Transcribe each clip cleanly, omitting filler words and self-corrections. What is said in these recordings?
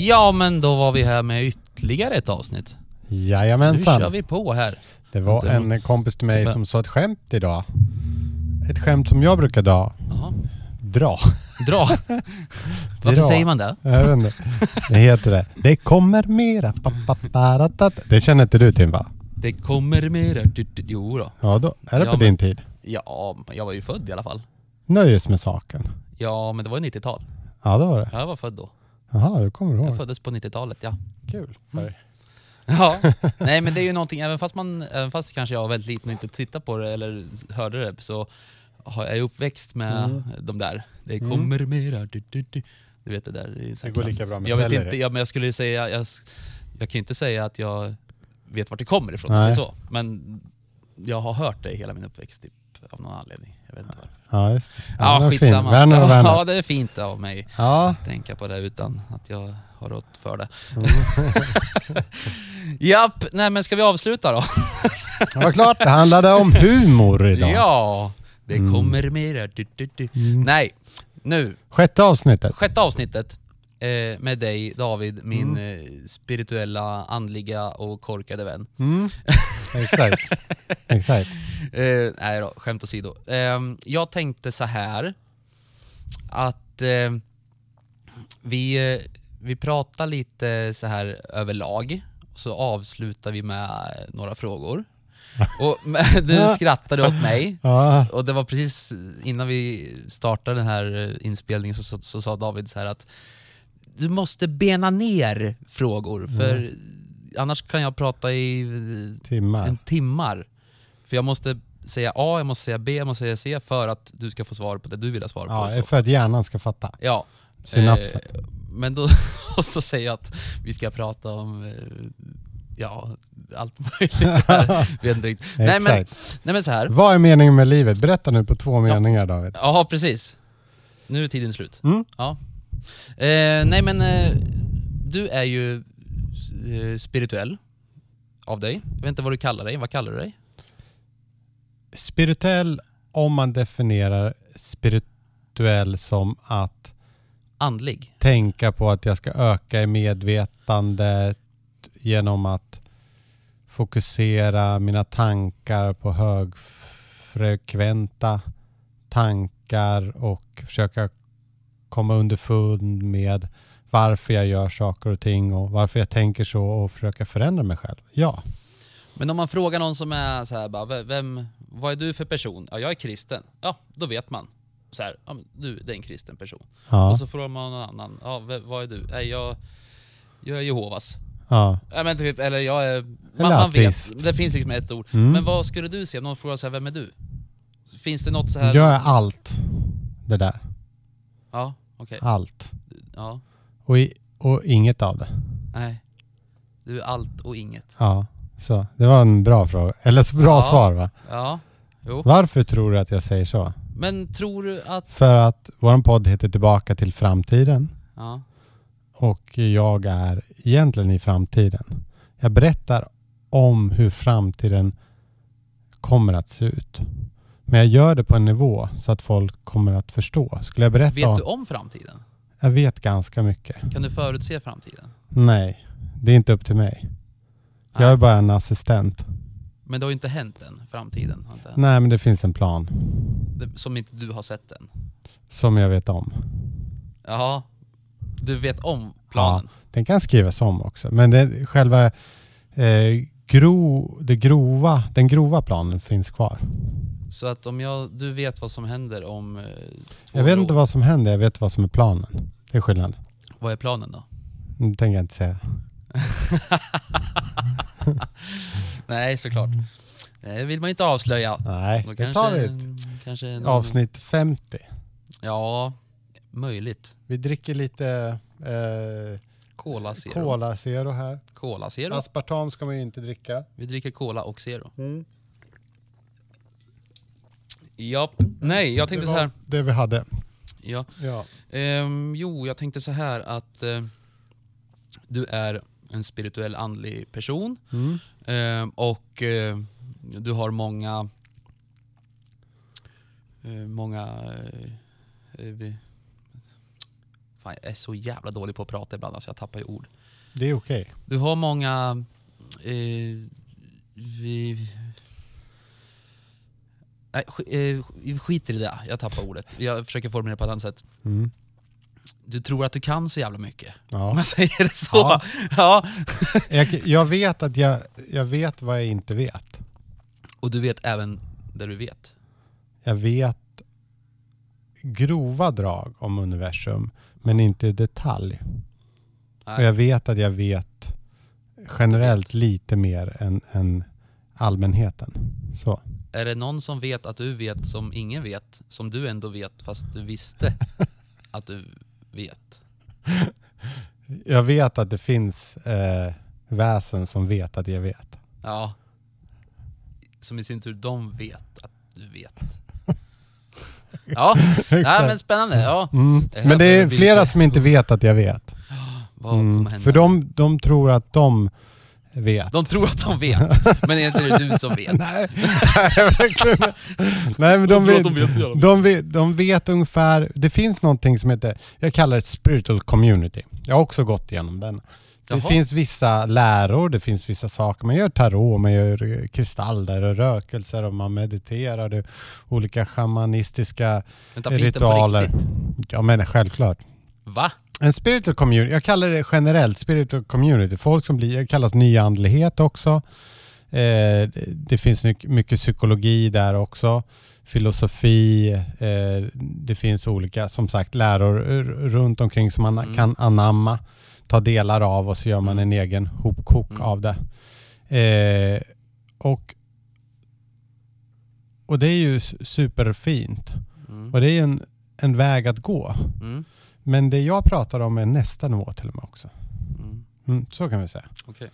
Ja, men då var vi här med ytterligare ett avsnitt. Jajamensan. Nu kör vi på här. Det var en kompis till mig som sa ett skämt idag. Ett skämt som jag brukar dra. Jaha. Dra. Varför säger man det? Jag vet inte. Det heter det. Det kommer mera. Det känner inte du till, va? Det kommer mera. Jo då. Ja, då är det på din tid. Ja, jag var ju född i alla fall. Nöjes med saken. Ja, men det var ju 90-tal. Ja, då var det. Jag var född då. Jaha, du kommer ihåg. Jag föddes på 90-talet, ja. Kul. Ja, nej, men det är ju någonting, även fast kanske jag var väldigt liten och inte tittade på det eller hörde det, så är jag uppväxt med de där. Det kommer mera. Du vet det där. Det går lika bra med jag vet inte, men jag skulle säga, jag kan ju inte säga att jag vet vart det kommer ifrån, så. Men jag har hört det i hela min uppväxt typ, av någon anledning. Jag vet inte varför. Ja, just det. Ja, skitsamma. Vänner. Ja, det är fint av mig att tänka på det utan att jag har rått för det. Japp, nej, men ska vi avsluta då? Det var klart, det handlade om humor idag. Ja, det kommer mera. Nej, nu. Sjätte avsnittet med dig, David, min spirituella, andliga och korkade vän. Exakt. Nej då, skämt åsido. Jag tänkte så här att vi pratar lite så här överlag, så avslutar vi med några frågor. Och du skrattade åt mig. Och det var precis innan vi startade den här inspelningen så sa David så här att du måste bena ner frågor, för annars kan jag prata i timmar. För jag måste säga A, jag måste säga B, jag måste säga C för att du ska få svar på det du vill ha svar på. Ja, för att hjärnan ska fatta. Ja. Synapsen. Men då och så säger jag att vi ska prata om allt möjligt här. Vet inte riktigt. Nej men så här. Vad är meningen med livet? Berätta nu på 2 meningar, David. Ja, precis. Nu är tiden slut. Ja. Du är ju spirituell av dig. Jag vet inte vad du kallar dig. Vad kallar du dig? Spirituell, om man definierar spirituell som att andlig. Tänka på att jag ska öka i medvetandet genom att fokusera mina tankar på högfrekventa tankar och försöka komma underfund med varför jag gör saker och ting och varför jag tänker så och försöka förändra mig själv. Ja. Men om man frågar någon som är så här, bara, vad är du för person? Ja, jag är kristen. Ja, då vet man. Så här, ja, du är en kristen person. Ja. Och så frågar man någon annan. Ja, vad är du? Nej, jag är Jehovas. Ja. Men typ, eller jag är... Man vet. Det finns liksom ett ord. Men vad skulle du se om någon frågar så här, vem är du? Finns det något så här... Jag är allt. Det där. Ja, okej. Allt. Ja. Och inget av det. Nej. Du är allt och inget. Ja, så. Det var en bra fråga. Eller bra svar, va? Ja, jo. Varför tror du att jag säger så? Men tror du att... För att vår podd heter Tillbaka till framtiden. Ja. Och jag är egentligen i framtiden. Jag berättar om hur framtiden kommer att se ut. Men jag gör det på en nivå så att folk kommer att förstå. Skulle jag berätta Vet du om framtiden? Jag vet ganska mycket. Kan du förutse framtiden? Nej, det är inte upp till mig. Jag är bara en assistent. Men det har ju inte hänt än, framtiden. Har inte hänt. Nej, men det finns en plan. Som inte du har sett än. Som jag vet om. Jaha, du vet om planen. Ja, den kan skrivas om också. Men det, själva den grova planen finns kvar. Så att om du vet vad som händer om 2 Jag vet inte vad som händer, jag vet vad som är planen. Det är skillnad. Vad är planen då? Det tänker jag inte säga. Nej, såklart. Det vill man inte avslöja. Nej, då det tar vi kanske avsnitt 50. Ja, möjligt. Vi dricker lite Cola Zero. Cola Zero här. Cola Zero. Aspartam ska man ju inte dricka. Vi dricker Cola och Zero. Japp. Nej, jag tänkte så här. Det vi hade. Ja. Jag tänkte så här att du är en spirituell andlig person. Och du har många Fan, jag är så jävla dålig på att prata ibland, så jag tappar ju ord. Det är okej. Du har många... Nej, skiter i det. Jag tappar ordet. Jag försöker formulera på ett annat sätt. Mm. Du tror att du kan så jävla mycket. Ja. Om jag säger det så. Ja. Jag vet att jag vet vad jag inte vet. Och du vet även det du vet. Jag vet grova drag om universum, men inte i detalj. Nej. Och jag vet att jag vet generellt lite mer än allmänheten. Så. Är det någon som vet att du vet som ingen vet, som du ändå vet fast du visste att du vet? Jag vet att det finns väsen som vet att jag vet. Ja. Som i sin tur de vet att du vet. Ja, nej, men spännande. Ja. Mm. Men det är flera som inte vet att jag vet. Vad kommer hända? För de tror att de vet. De tror att de vet, men egentligen är det du som vet. Nej, verkligen. Nej, men de vet ungefär. Det finns någonting som heter, jag kallar det spiritual community. Jag har också gått igenom den. Det finns vissa läror, det finns vissa saker. Man gör tarot, man gör kristaller och rökelser och man mediterar. Det olika shamanistiska ritualer. Ja, men självklart. Va? En spiritual community, jag kallar det generellt spiritual community. Folk som kallas nyandlighet också. Det finns mycket psykologi där också. Filosofi. Det finns olika, som sagt, läror runt omkring som man kan anamma. Ta delar av och så gör man en egen hopkok av det. Och det är ju superfint. Och det är en väg att gå. Men det jag pratar om är nästa nivå till och med också. Så kan vi säga. Okej.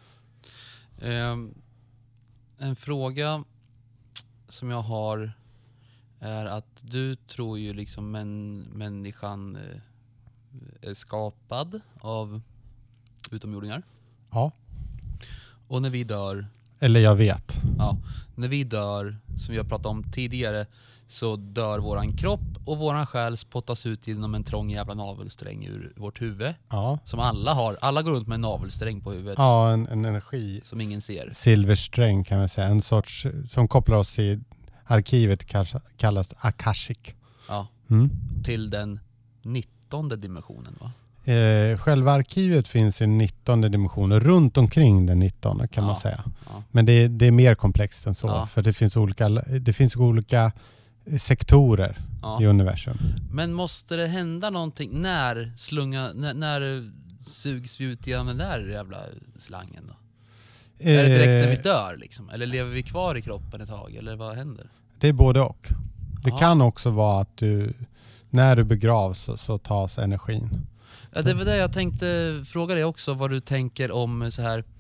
En fråga som jag har är att du tror ju liksom människan är skapad av utomjordingar. Ja. Och när vi dör... Eller jag vet. Ja. När vi dör, som vi har pratat om tidigare, så dör våran kropp och våran själ spottas ut genom en trång jävla navelsträng ur vårt huvud. Ja. Som alla har. Alla går runt med en navelsträng på huvudet. Ja, en energi. Som ingen ser. Silversträng kan man säga. En sorts som kopplar oss till arkivet, kallas Akashic. Ja. Till den 19:e dimensionen, va? Själva arkivet finns i 19:e dimensionen, runt omkring den 19:e kan man säga. Ja. Men det är mer komplext än så. Ja. För det finns olika sektorer i universum. Men måste det hända någonting när sugs vi ut genom den där jävla slangen då? Är det direkt när vi dör liksom? Eller lever vi kvar i kroppen ett tag? Eller vad händer? Det är både och. Det kan också vara att när du begravs så tas energin. Ja, det var det jag tänkte fråga dig också, vad du tänker om så här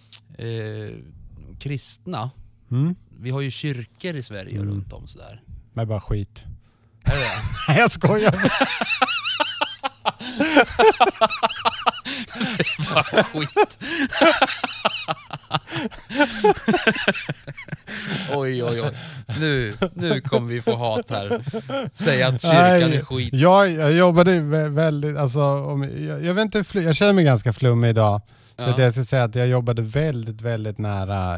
kristna. Vi har ju kyrkor i Sverige och runt om sådär. Men bara skit. Är det? Nej, jag skojar. Det är bara skit. Oj. Nu kommer vi få hat här. Säga att kyrkan är skit. Jag jobbade väldigt, alltså, jag vet inte, jag känner mig ganska flummig idag. Så det jag ska säga att jag jobbade väldigt, väldigt nära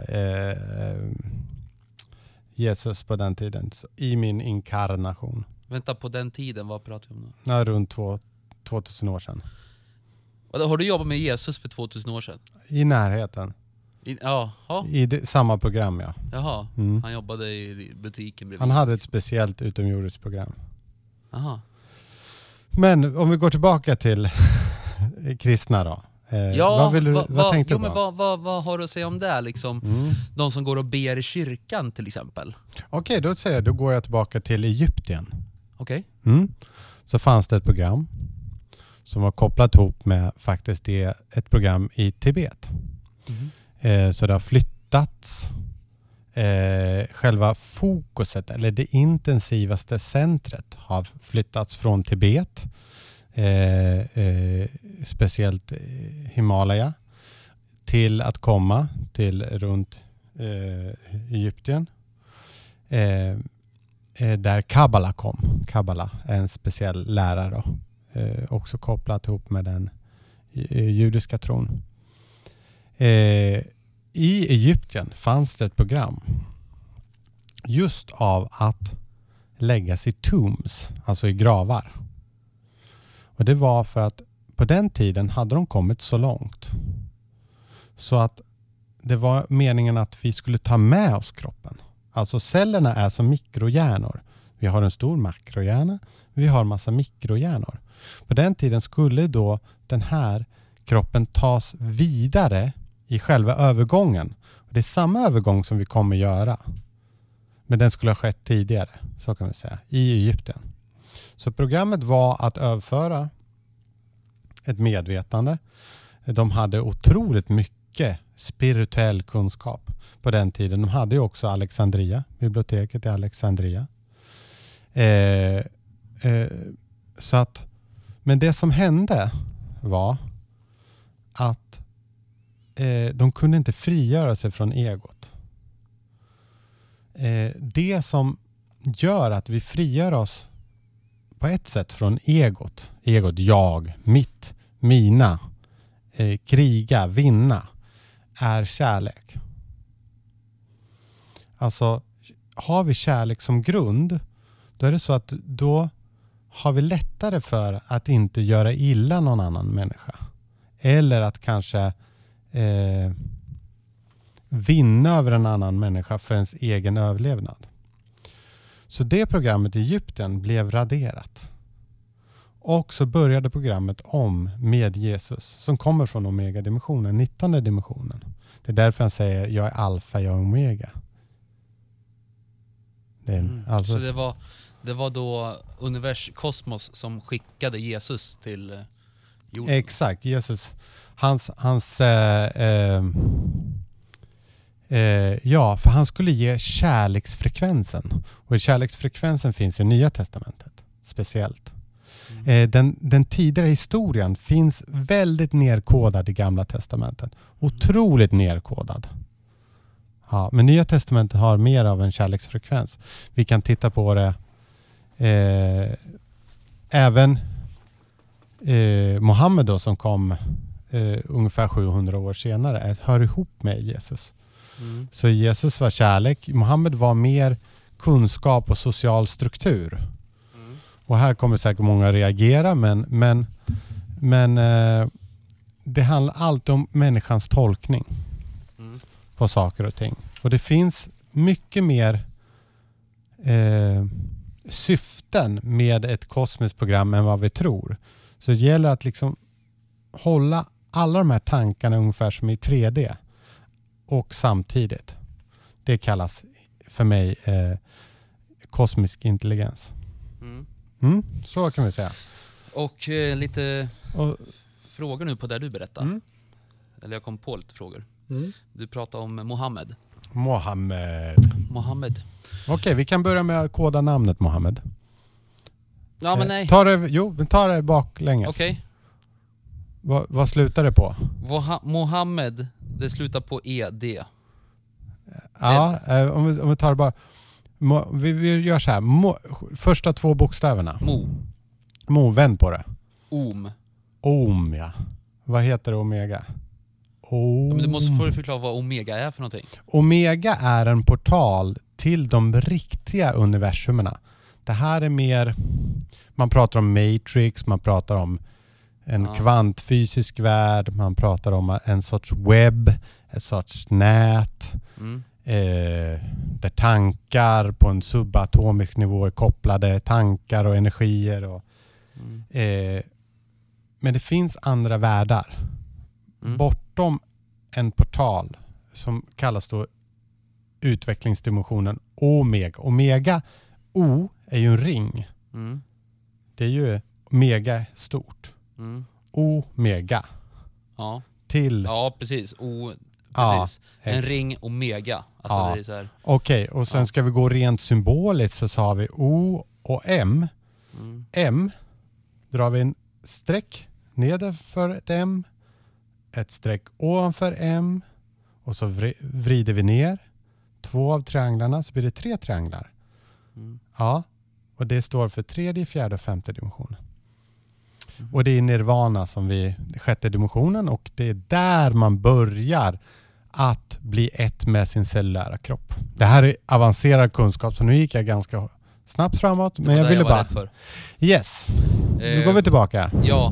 Jesus på den tiden. I min inkarnation. Vänta, på den tiden, vad pratar vi om då? Ja, runt 2000 år sedan. Har du jobbat med Jesus för 2000 år sedan? I närheten. I samma program, ja. Jaha, han jobbade i butiken bredvid. Han hade ett speciellt utomjordiskt program. Aha. Men om vi går tillbaka till kristna då. Vad tänkte du på? Vad har du att säga om det liksom? De som går och ber i kyrkan till exempel. Okej, då går jag tillbaka till Egypten. Okej. Så fanns det ett program som var kopplat ihop med faktiskt ett program i Tibet. Så det har flyttats. Själva fokuset, eller det intensivaste centret, har flyttats från Tibet. Speciellt Himalaya, till att komma till runt Egypten. Där Kabbala kom. Kabbala är en speciell lärare då. också kopplat ihop med den judiska tron. I Egypten fanns det ett program just av att läggas i tombs, alltså i gravar. Och det var för att på den tiden hade de kommit så långt så att det var meningen att vi skulle ta med oss kroppen. Alltså cellerna är som mikrohjärnor. Vi har en stor makrohjärna, vi har massa mikrohjärnor. På den tiden skulle då den här kroppen tas vidare i själva övergången. Det är samma övergång som vi kommer göra. Men den skulle ha skett tidigare, så kan vi säga, i Egypten. Så programmet var att överföra ett medvetande. De hade otroligt mycket spirituell kunskap på den tiden. De hade ju också Alexandria, biblioteket i Alexandria. Så att, men det som hände var att de kunde inte frigöra sig från egot. Det som gör att vi frigör oss på ett sätt från egot, jag, mitt, mina, kriga, vinna, är kärlek. Alltså, har vi kärlek som grund, då är det så att då har vi lättare för att inte göra illa någon annan människa. Eller att kanske vinna över en annan människa för ens egen överlevnad. Så det programmet i Egypten blev raderat. Och så började programmet om med Jesus som kommer från omega-dimensionen, 19:e dimensionen. Det är därför han säger jag är alfa, jag är omega. Alltså det var då kosmos som skickade Jesus till jorden. Exakt, Jesus. För han skulle ge kärleksfrekvensen. Och kärleksfrekvensen finns i Nya testamentet speciellt. Den tidigare historien finns väldigt nerkodad i Gamla testamentet. Otroligt nerkodad. Ja, men Nya testamentet har mer av en kärleksfrekvens. Vi kan titta på det även Mohammed då, som kom ungefär 700 år senare, hör ihop med Jesus. Så Jesus var kärlek. Mohammed var mer kunskap och social struktur. Och här kommer säkert många reagera, men det handlar alltid om människans tolkning på saker och ting. Och det finns mycket mer syften med ett kosmiskt program än vad vi tror. Så det gäller att liksom hålla alla de här tankarna ungefär som i 3D och samtidigt. Det kallas för mig kosmisk intelligens. Så kan vi säga. Och lite frågor nu på det du berättar. Eller jag kom på lite frågor. Du pratade om Mohammed. Okej, vi kan börja med att koda namnet Mohammed. Ja, men nej. Vi tar det baklänges. Okej. Vad slutar det på? Mohammed, det slutar på ED. Ja, om vi tar det bara. Vi gör så här. Första 2 bokstäverna. Mo, vänd på det. Om, ja. Vad heter omega? Ja, men du måste förklara vad omega är för någonting. Omega är en portal till de riktiga universumerna. Det här är mer, man pratar om Matrix, man pratar om en kvantfysisk värld, man pratar om en sorts webb, ett sorts nät, där tankar på en subatomisk nivå är kopplade, tankar och energier. Men det finns andra världar. Bortom en portal som kallas då utvecklingsdimensionen Omega. Omega, O, är ju en ring. Det är ju mega stort. Omega. Ja. Till... Ja, precis. Precis. En ring omega. Alltså det är så här. Okej, och sen ska vi gå rent symboliskt, så har vi O och M. M drar vi en streck nedanför ett M. Ett streck ovanför M. Och så vrider vi ner 2 av trianglarna, så blir det 3 trianglar. Ja, och det står för 3:e, 4:e och 5:e dimensionen. Och det är nirvana som sjätte dimensionen, och det är där man börjar att bli ett med sin cellulära kropp. Det här är avancerad kunskap, så nu gick jag ganska snabbt framåt, men jag ville bara... För. Yes, nu går vi tillbaka. Ja,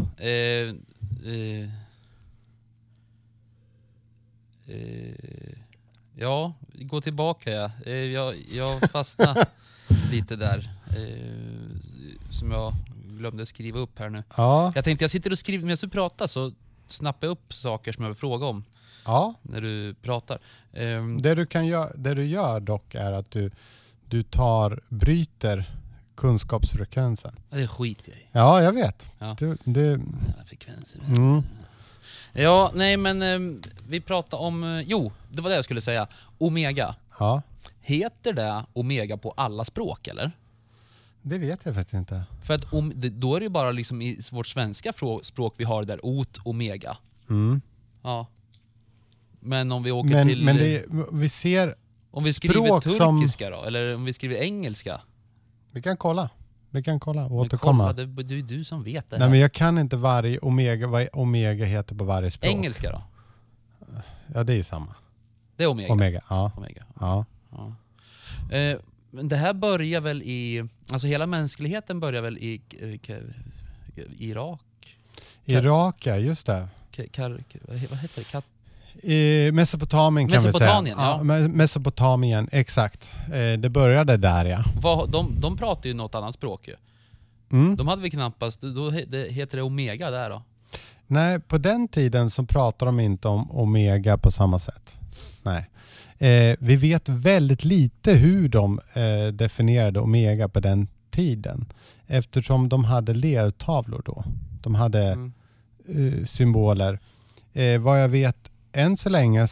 ja, gå tillbaka. Jag fastnade lite där, som jag glömde skriva upp här nu. Ja. Jag tänkte, jag sitter och skriver, när jag pratar så snappar jag upp saker som jag vill fråga om. Ja. När du pratar. Det du gör dock är att du bryter kunskapsfrekvensen. Det är skit jag i. Ja, jag vet. Ja. Frekvenser. Ja, nej men vi pratar om... Jo, det var det jag skulle säga. Omega. Ja. Heter det omega på alla språk, eller? Det vet jag faktiskt inte. För att då är det ju bara liksom i vårt svenska språk vi har där ot, omega. Ja. Men om vi åker till... Men vi ser... Om vi skriver turkiska då? Eller om vi skriver engelska? Vi kan kolla och återkomma. Det är du som vet det här. Nej, men jag kan inte vad omega heter på varje språk. Engelska då? Ja, det är ju samma. Det är omega? Omega, ja. Ja. Men det här börjar väl i... Alltså hela mänskligheten börjar väl i Irak? Irak, ja, just det. Vad heter det? I Mesopotamien kan vi säga. Ja. Mesopotamien, exakt. Det började där, ja. De pratar ju något annat språk ju. De hade vi knappast... Då heter det omega där då? Nej, på den tiden så pratar de inte om omega på samma sätt. Nej. Vi vet väldigt lite hur de definierade omega på den tiden. Eftersom de hade lertavlor då. De hade symboler. Vad jag vet än så länge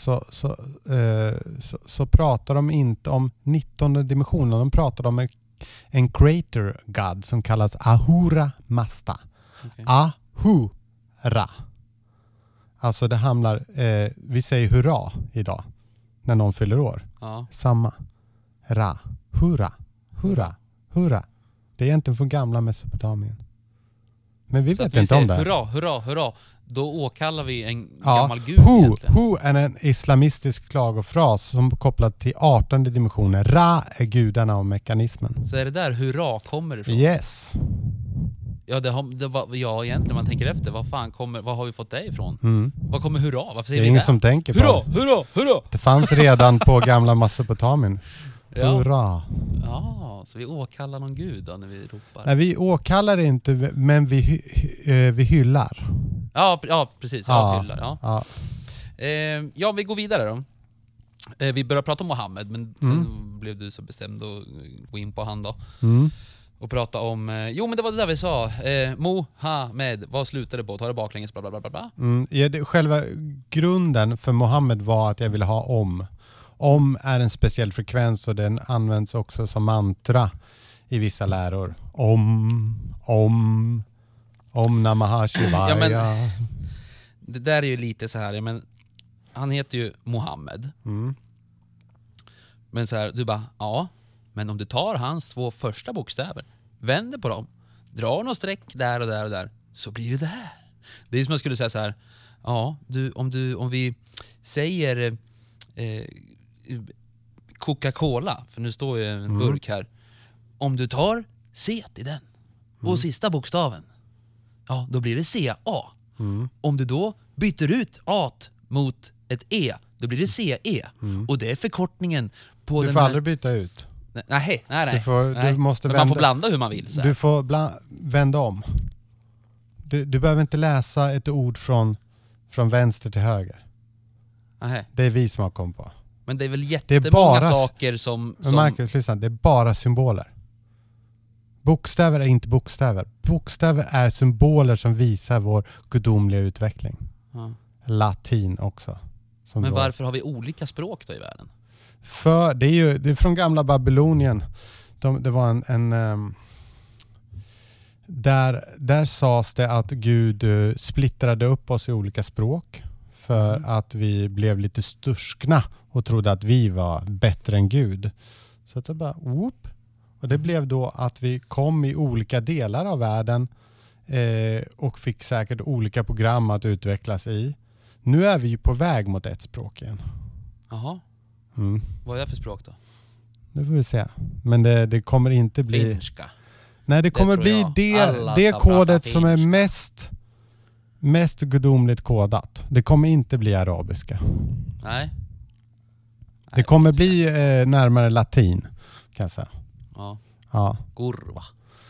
så pratar de inte om 19:e dimensionen. De pratar om en creator god som kallas Ahura Mazda. Okay. Ahura. Alltså det handlar... vi säger hurra idag. När någon fyller år. Ja. Samma. Ra. Hurra. Hurra. Hurra. Det är egentligen från gamla Mesopotamien. Men vi vet inte om det. Hurra, hurra, hurra. Då åkallar vi en gammal gud egentligen. Hu är en islamistisk klagofras som kopplat till 18:e dimensionen. Ra är gudarna och mekanismen. Så är det där hurra kommer ifrån? Yes. Ja, egentligen man tänker efter. Vad har vi fått det ifrån? Vad kommer hurra? Varför säger det är ingen som tänker på hurra, hurra, hurra. Det fanns redan på gamla Mesopotamien. Ja. Hurra. Ja, så vi åkallar någon gud då när vi ropar? Nej, vi åkallar inte, men vi hyllar. Ja, precis. Hyllar. Ja. Ja, vi går vidare då. Vi började prata om Mohammed, men sen blev du så bestämd att gå in på han då. Och prata om... men det var det där vi sa. Mohammed, vad slutade på? Ta det baklänges, bla bla bla bla. Själva grunden för Mohammed var att jag ville ha om. Om är en speciell frekvens och den används också som mantra i vissa läror. Om Namaha Shivaya. Ja, men, det där är ju lite så här, men han heter ju Mohammed. Men så här, du bara, ja, men om du tar hans 2 första bokstäver, vänder på dem, drar någon streck där och där och där, så blir det det här. Det är som jag skulle säga så här, ja, om vi säger Coca-Cola, för nu står ju en burk här. Om du tar C i den och sista bokstaven, ja, då blir det CA. Om du då byter ut A mot ett E, då blir det CE. Och det är förkortningen på du får aldrig byta ut. Nej. Du måste men man får blanda hur man vill. Så här. Du får vända om. Du behöver inte läsa ett ord från vänster till höger. Nej. Det är vi som har kommit på. Men det är väl jättemånga saker som... Marcus, lyssna, det är bara symboler. Bokstäver är inte bokstäver. Bokstäver är symboler som visar vår gudomliga utveckling. Ja. Latin också. Men varför har vi olika språk då i världen? För det är från gamla Babylonien. Det var där sades det att Gud splittrade upp oss i olika språk för att vi blev lite sturskna och trodde att vi var bättre än Gud. Så att det bara whoop. Och det blev då att vi kom i olika delar av världen och fick säkert olika program att utvecklas i. Nu är vi ju på väg mot ett språk igen. Jaha. Vad är det för språk då? Nu får vi se. Men det kommer inte bli... Finska. Nej, det kommer bli det kodet som är mest gudomligt kodat. Det kommer inte bli arabiska. Nej. Det kommer bli närmare latin, kan jag säga. Ja. Kurva.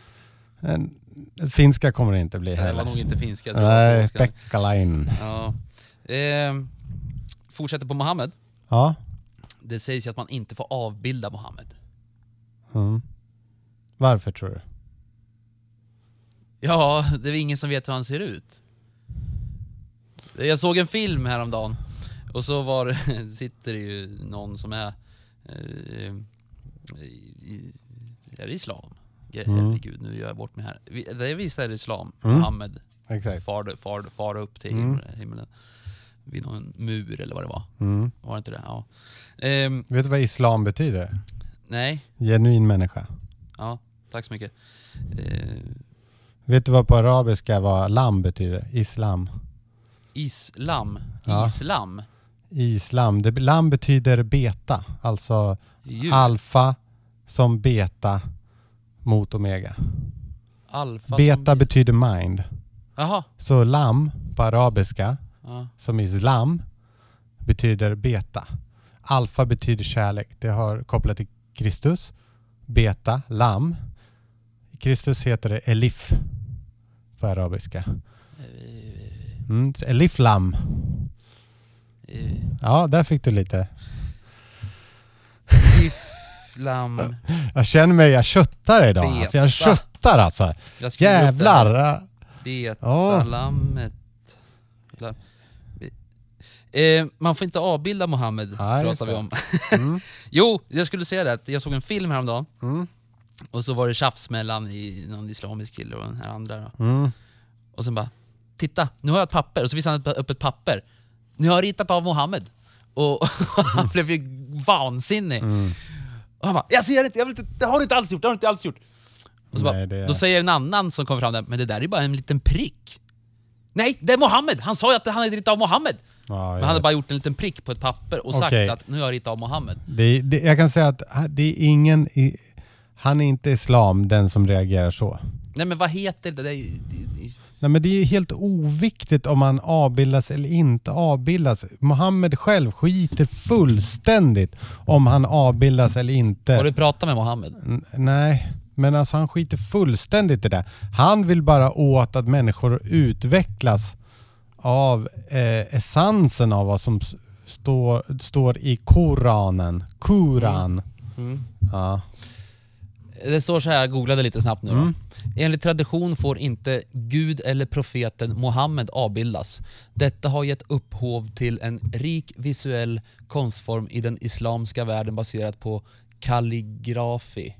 Finska kommer det inte bli heller. Det var nog inte finska. Nej, Pekkalain. Ja. Fortsätter på Mohammed. Ja. Det sägs ju att man inte får avbilda Mohammed. Varför tror du? Ja, det är ingen som vet hur han ser ut. Jag såg en film häromdagen. Och så sitter det ju någon som är islam. Herregud, nu gör jag bort mig här. Det visar islam. Mohammed far upp till himlen. Vid någon mur eller vad det var. Var det inte det? Ja. Vet du vad islam betyder? Nej. Genuin människa. Ja, tack så mycket. Vet du vad på arabiska vad lam betyder? Islam. Islam? Ja. Islam? Lam betyder beta. Alltså alfa som beta mot omega. Alfa beta betyder mind. Aha. Så lam på arabiska som islam betyder beta. Alfa betyder kärlek. Det har kopplat till Kristus. Beta, lam. Kristus heter det elif på arabiska. Elif lam. Ja, där fick du lite. Lam. Jag känner mig, jag köttar idag. Alltså, jag köttar alltså. Jävlar. Beta, lammet. Man får inte avbilda Mohammed, pratar vi om. Jo, jag skulle säga det. Jag såg en film häromdagen. Och så var det tjafs mellan någon islamisk kille och den här andra. Och sen bara, titta, nu har jag ett papper. Och så visade han upp ett papper. Nu har jag ritat av Mohammed. Och han blev ju vansinnig. Och han bara, jag ser inte, det har du inte alls gjort. Och så bara, då säger en annan som kommer fram där, men det där är bara en liten prick. Nej, det är Mohammed. Han sa ju att han hade ritat av Mohammed. Men han hade bara gjort en liten prick på ett papper och sagt att nu har jag ritat av Mohammed. Jag kan säga att det är ingen... Han är inte islam, den som reagerar så. Nej, men vad heter det? Nej, men det är helt oviktigt om man avbildas eller inte avbildas. Mohammed själv skiter fullständigt om han avbildas eller inte. Har du pratat med Mohammed? Nej, men alltså han skiter fullständigt i det. Han vill bara åt att människor utvecklas av essensen av vad som står i Koranen. Koran. Ja. Det står så här, jag googlade lite snabbt nu då. Enligt tradition får inte Gud eller profeten Mohammed avbildas. Detta har gett upphov till en rik visuell konstform i den islamska världen baserad på kalligrafi.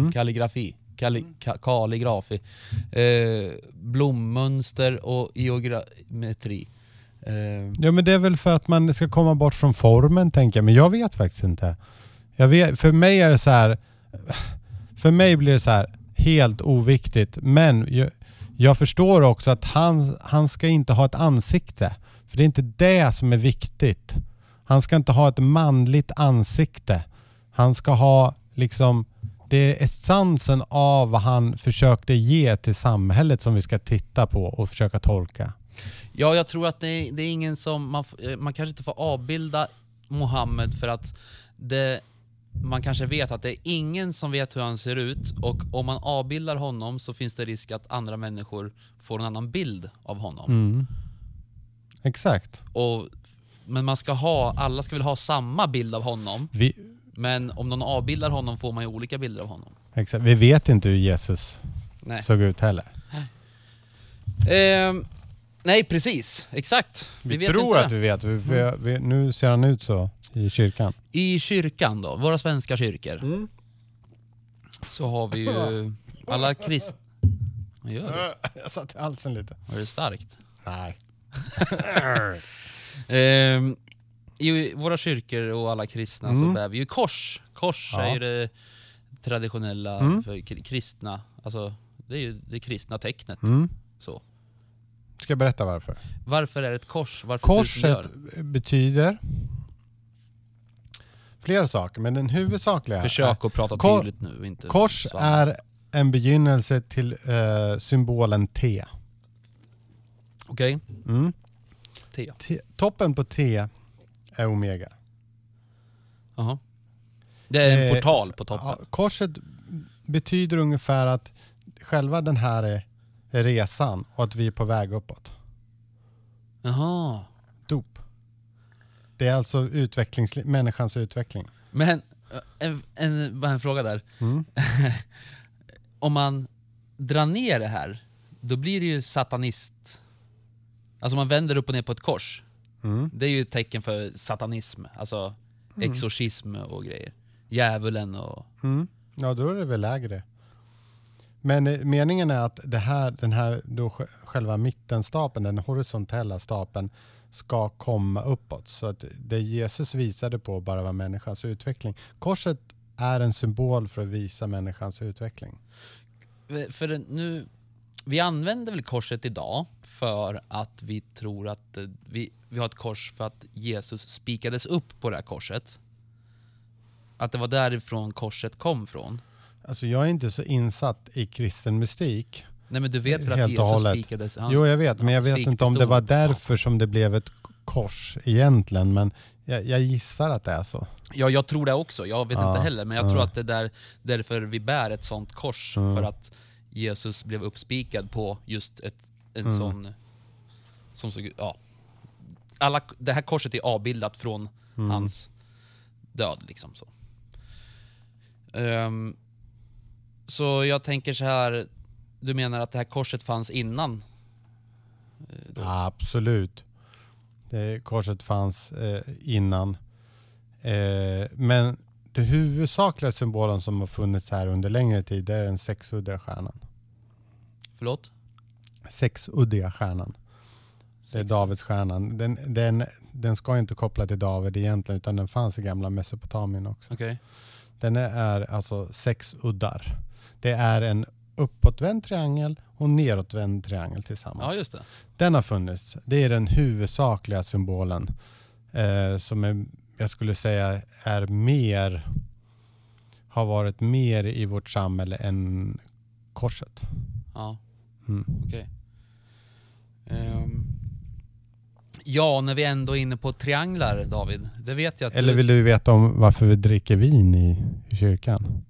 Blommönster och geometri. Ja, men det är väl för att man ska komma bort från formen, tänker jag. Men jag vet faktiskt inte. För mig är det så här... För mig blir det så här helt oviktigt. Men jag förstår också att han ska inte ha ett ansikte. För det är inte det som är viktigt. Han ska inte ha ett manligt ansikte. Han ska ha liksom... Det är essensen av vad han försökte ge till samhället som vi ska titta på och försöka tolka. Ja, jag tror att det är ingen som... Man kanske inte får avbilda Mohammed för att man kanske vet att det är ingen som vet hur han ser ut, och om man avbildar honom så finns det risk att andra människor får en annan bild av honom. Exakt. Men alla ska väl ha samma bild av honom. Men om någon avbildar honom får man ju olika bilder av honom. Exakt. Vi vet inte hur Jesus såg ut heller. Nej, precis. Exakt. Vi vet tror inte att vi vet. Nu ser han ut så i kyrkan. I kyrkan då, våra svenska kyrkor. Så har vi ju alla kristna. Vad gör du? Jag satt i halsen lite. Var det starkt? Nej. I våra kyrkor och alla kristna så bär vi ju kors. Kors är ju det traditionella för kristna. Alltså det är ju det kristna tecknet. Så. Ska jag berätta varför? Varför är det ett kors? Varför Korset betyder flera saker, men den huvudsakliga... Försök att prata tydligt nu. Inte kors är en begynnelse till symbolen T. Okej. T. Toppen på T är omega. Jaha. Det är en portal på toppen. Ja, korset betyder ungefär att själva den här är resan och att vi är på väg uppåt. Jaha. Dop. Det är alltså människans utveckling. Men en fråga där. Om man drar ner det här, då blir det ju satanist. Alltså man vänder upp och ner på ett kors. Det är ju ett tecken för satanism. Alltså exorcism och grejer. Djävulen och... Ja, då är det väl lägre. Men meningen är att den här då själva mittenstapeln, den horisontella stapeln, ska komma uppåt. Så att det Jesus visade på bara var människans utveckling. Korset är en symbol för att visa människans utveckling. För nu, vi använder väl korset idag för att vi tror att vi har ett kors för att Jesus spikades upp på det här korset. Att det var därifrån korset kom från. Alltså jag är inte så insatt i kristen mystik. Nej, men du vet väl att Jesus spikades? Jo, jag vet, men jag vet inte om det var därför som det blev ett kors egentligen, men jag gissar att det är så. Ja, jag tror det också. Jag vet inte heller, men jag tror att det är därför vi bär ett sånt kors, för att Jesus blev uppspikad på just en sån som såg ut, det här korset är avbildat från hans död liksom så. Så jag tänker så här, du menar att det här korset fanns innan? Absolut. Korset fanns innan. Men det huvudsakliga symbolen som har funnits här under längre tid är den sexuddiga stjärnan. Förlåt? Sexuddiga stjärnan. Det är Davids stjärnan. Den ska inte koppla till David egentligen, utan den fanns i gamla Mesopotamien också. Okay. Den är alltså 6 uddar. Det är en uppåtvänd triangel och nedåtvänd triangel tillsammans. Ja, just det. Den har funnits. Det är den huvudsakliga symbolen som jag skulle säga har varit mer i vårt samhälle än korset. Ja, okej. Ja, när vi ändå är inne på trianglar, David. Det vet jag att eller vill du veta om varför vi dricker vin i kyrkan?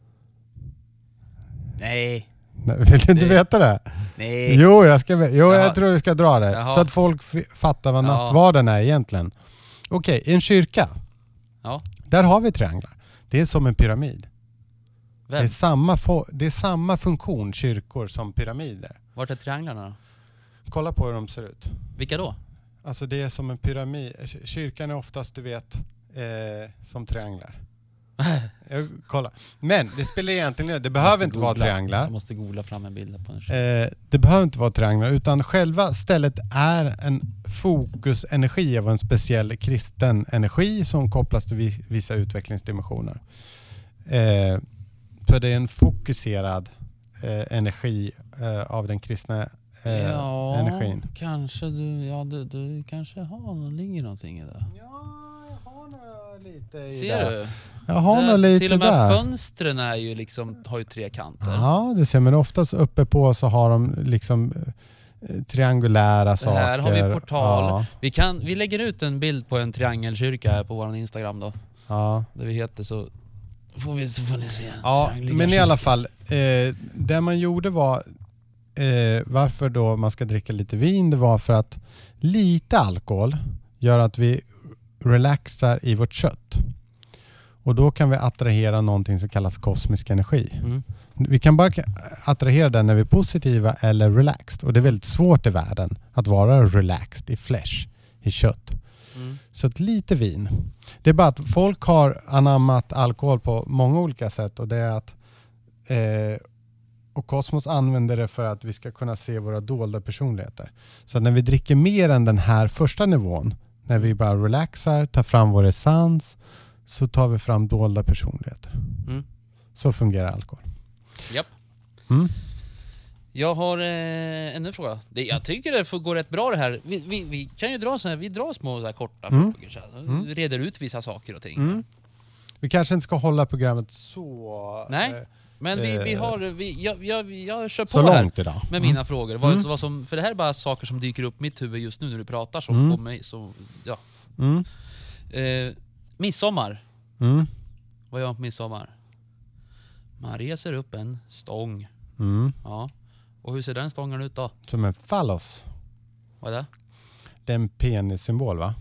Nej. Vill du inte veta det? Nej. Jo, jag tror vi ska dra det. Jaha. Så att folk fattar vad nattvarden är egentligen. Okej, en kyrka. Ja. Där har vi trianglar. Det är som en pyramid. Vem? Det är samma funktion kyrkor som pyramider. Vart är trianglarna då? Kolla på hur de ser ut. Vilka då? Alltså det är som en pyramid. Kyrkan är oftast, du vet, som trianglar. Kolla. Men det spelar egentligen, det behöver inte vara trianglar. Jag måste googla fram en bild på en det behöver inte vara trianglar, utan själva stället är en fokusenergi av en speciell kristen energi som kopplas till vissa utvecklingsdimensioner. Så det är en fokuserad energi av den kristna energin. Kanske du kanske ligger någonting i det. Ja, jag har nog lite i det. Ser du? Jag har nog lite där. Till och med fönstren är ju liksom, har ju 3 kanter. Ja, det ser man oftast uppe på, så har de liksom triangulära saker. Här har vi portal. Ja. Vi lägger ut en bild på en triangelkyrka här på vår Instagram då. Ja. Där vi heter så får ni se. Ja, men i alla fall det man gjorde var varför då man ska dricka lite vin, det var för att lite alkohol gör att vi relaxar i vårt kött. Och då kan vi attrahera någonting som kallas kosmisk energi. Vi kan bara attrahera den när vi är positiva eller relaxed. Och det är väldigt svårt i världen att vara relaxed i flesh, i kött. Så att lite vin. Det är bara att folk har anammat alkohol på många olika sätt. Och det är att och Kosmos använder det för att vi ska kunna se våra dolda personligheter. Så att när vi dricker mer än den här första nivån, när vi bara relaxar, tar fram vår essens, så tar vi fram dolda personligheter. Så fungerar alkohol. Japp. Jag har ännu en fråga. Jag tycker det får gå rätt bra det här. Vi kan ju dra vi drar små så här korta frågor. Så här. Reder ut vissa saker och ting. Vi kanske inte ska hålla programmet så... Nej, men jag kör på så här långt idag. med mina frågor. Vad som, för det här är bara saker som dyker upp i mitt huvud just nu när du pratar. Så får mig, så, ja. Midsommar. Vad gör man på midsommar? Man reser upp en stång. Ja. Och hur ser den stången ut då? Som en fallos. Vad är det? Det är en penissymbol, va?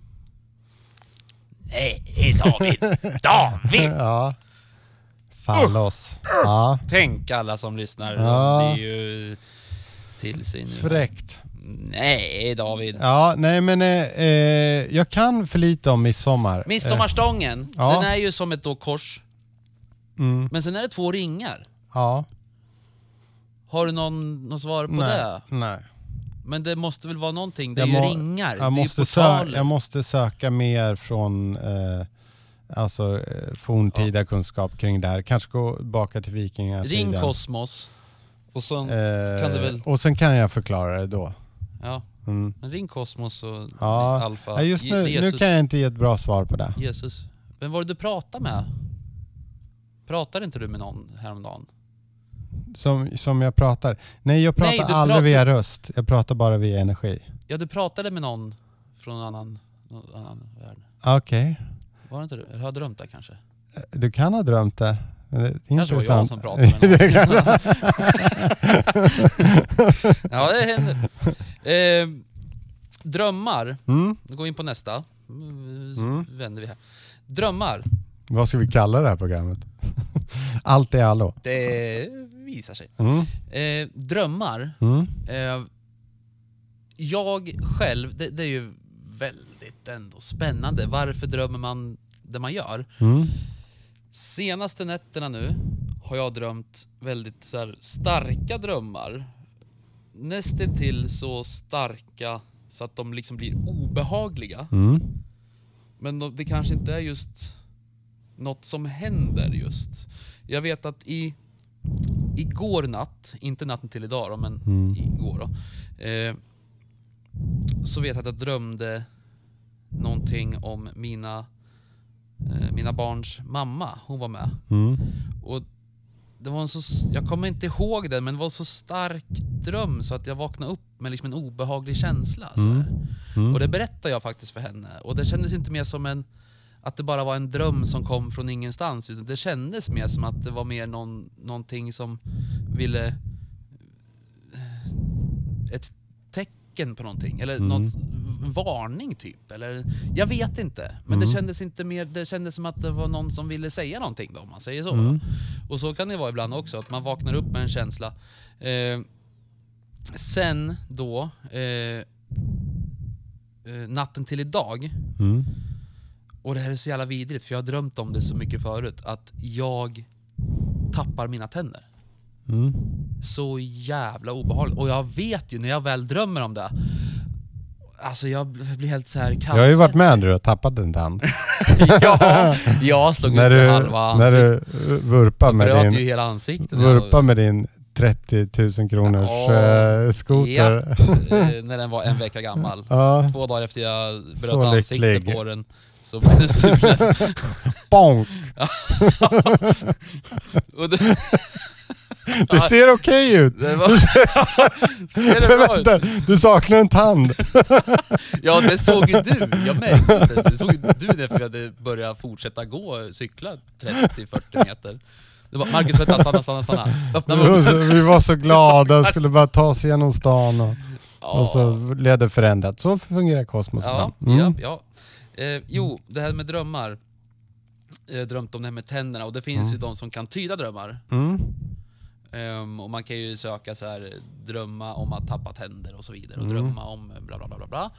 Nej, David! Ja. Fallos. Ja. Tänk alla som lyssnar. Ja. Det är ju till sig nu. Fräckt. Nej, David. Ja, nej men jag kan för lite om midsommar. Midsommarstången, den är ju som ett då kors. Men sen är det 2 ringar. Ja. Har du någon svar på det? Nej. Men det måste väl vara någonting. Det är ju ringar. Jag måste söka mer från forntida kunskap kring det här. Kanske gå tillbaka till vikingatiden. Ring kosmos. Och sen kan det väl... Och sen kan jag förklara det då. Ja. Men ring kosmos och alfa. Ja, just nu kan jag inte ge ett bra svar på det. Jesus. Vem var det du pratade med? Pratade inte du med någon häromdagen? Som jag pratar? Nej, jag pratar aldrig via röst. Jag pratar bara via energi. Ja, du pratade med någon från någon annan värld. Okej. Var det inte du? Eller har jag drömt det kanske? Du kan ha drömt det. Kanske var jag som pratade med någon. Ja, det händer. Drömmar. Nu går vi in på nästa. Vänder vi här. Drömmar. Vad ska vi kalla det här programmet? Allt är allo. Det visar sig. Drömmar. Jag själv, det är ju väldigt ändå spännande. Varför drömmer man det man gör? Senaste nätterna nu har jag drömt väldigt så här, starka drömmar. Nästan till så starka så att de liksom blir obehagliga. Men det kanske inte är just något som händer just. Jag vet att igår natt, inte natten till idag då, men igår då, så vet jag att jag drömde någonting om mina barns mamma. Hon var med. Och det var jag kommer inte ihåg det, men det var en så stark dröm så att jag vaknade upp med liksom en obehaglig känsla. Så här. Och det berättade jag faktiskt för henne. Och det kändes inte mer som att det bara var en dröm som kom från ingenstans. Utan det kändes mer som att det var mer någonting som ville... Ett tecken på någonting. Eller något varning typ. Eller, jag vet inte. Men det kändes inte mer... Det kändes som att det var någon som ville säga någonting då, om man säger så. Och så kan det vara ibland också. Att man vaknar upp med en känsla. Sen då... natten till idag... Och det här är så jävla vidrigt, för jag har drömt om det så mycket förut, att jag tappar mina tänder. Så jävla obehagligt. Och jag vet ju, när jag väl drömmer om det, alltså jag blir helt så här kallsvettig. Jag har ju varit med när du har tappat en tand. Ja, jag slog ut halva ansiktet. När du vurpar med din 30 000 kronors skoter. Ja, när den var en vecka gammal. 2 dagar efter jag bröt så ansiktet lycklig på den, så blev den stulen. Bonk! Det ser okej ut. Ser det bra ut? Du saknar en tand. Ja, det såg ju du. Jag märkte det. Det såg ju du det, för jag hade börjat fortsätta cykla 30-40 meter. Det var Marcus, vänta, stanna. Öppna munnen. Vi var så glada, skulle bara ta oss igenom stan och så ledde förändrat. Så fungerar kosmos. Ja. Jo, det här med drömmar. Jag har drömt om det här med tänderna, och det finns ju de som kan tyda drömmar. Och man kan ju söka så här, drömma om att tappa tänder och så vidare, och drömma om bla bla bla bla bla.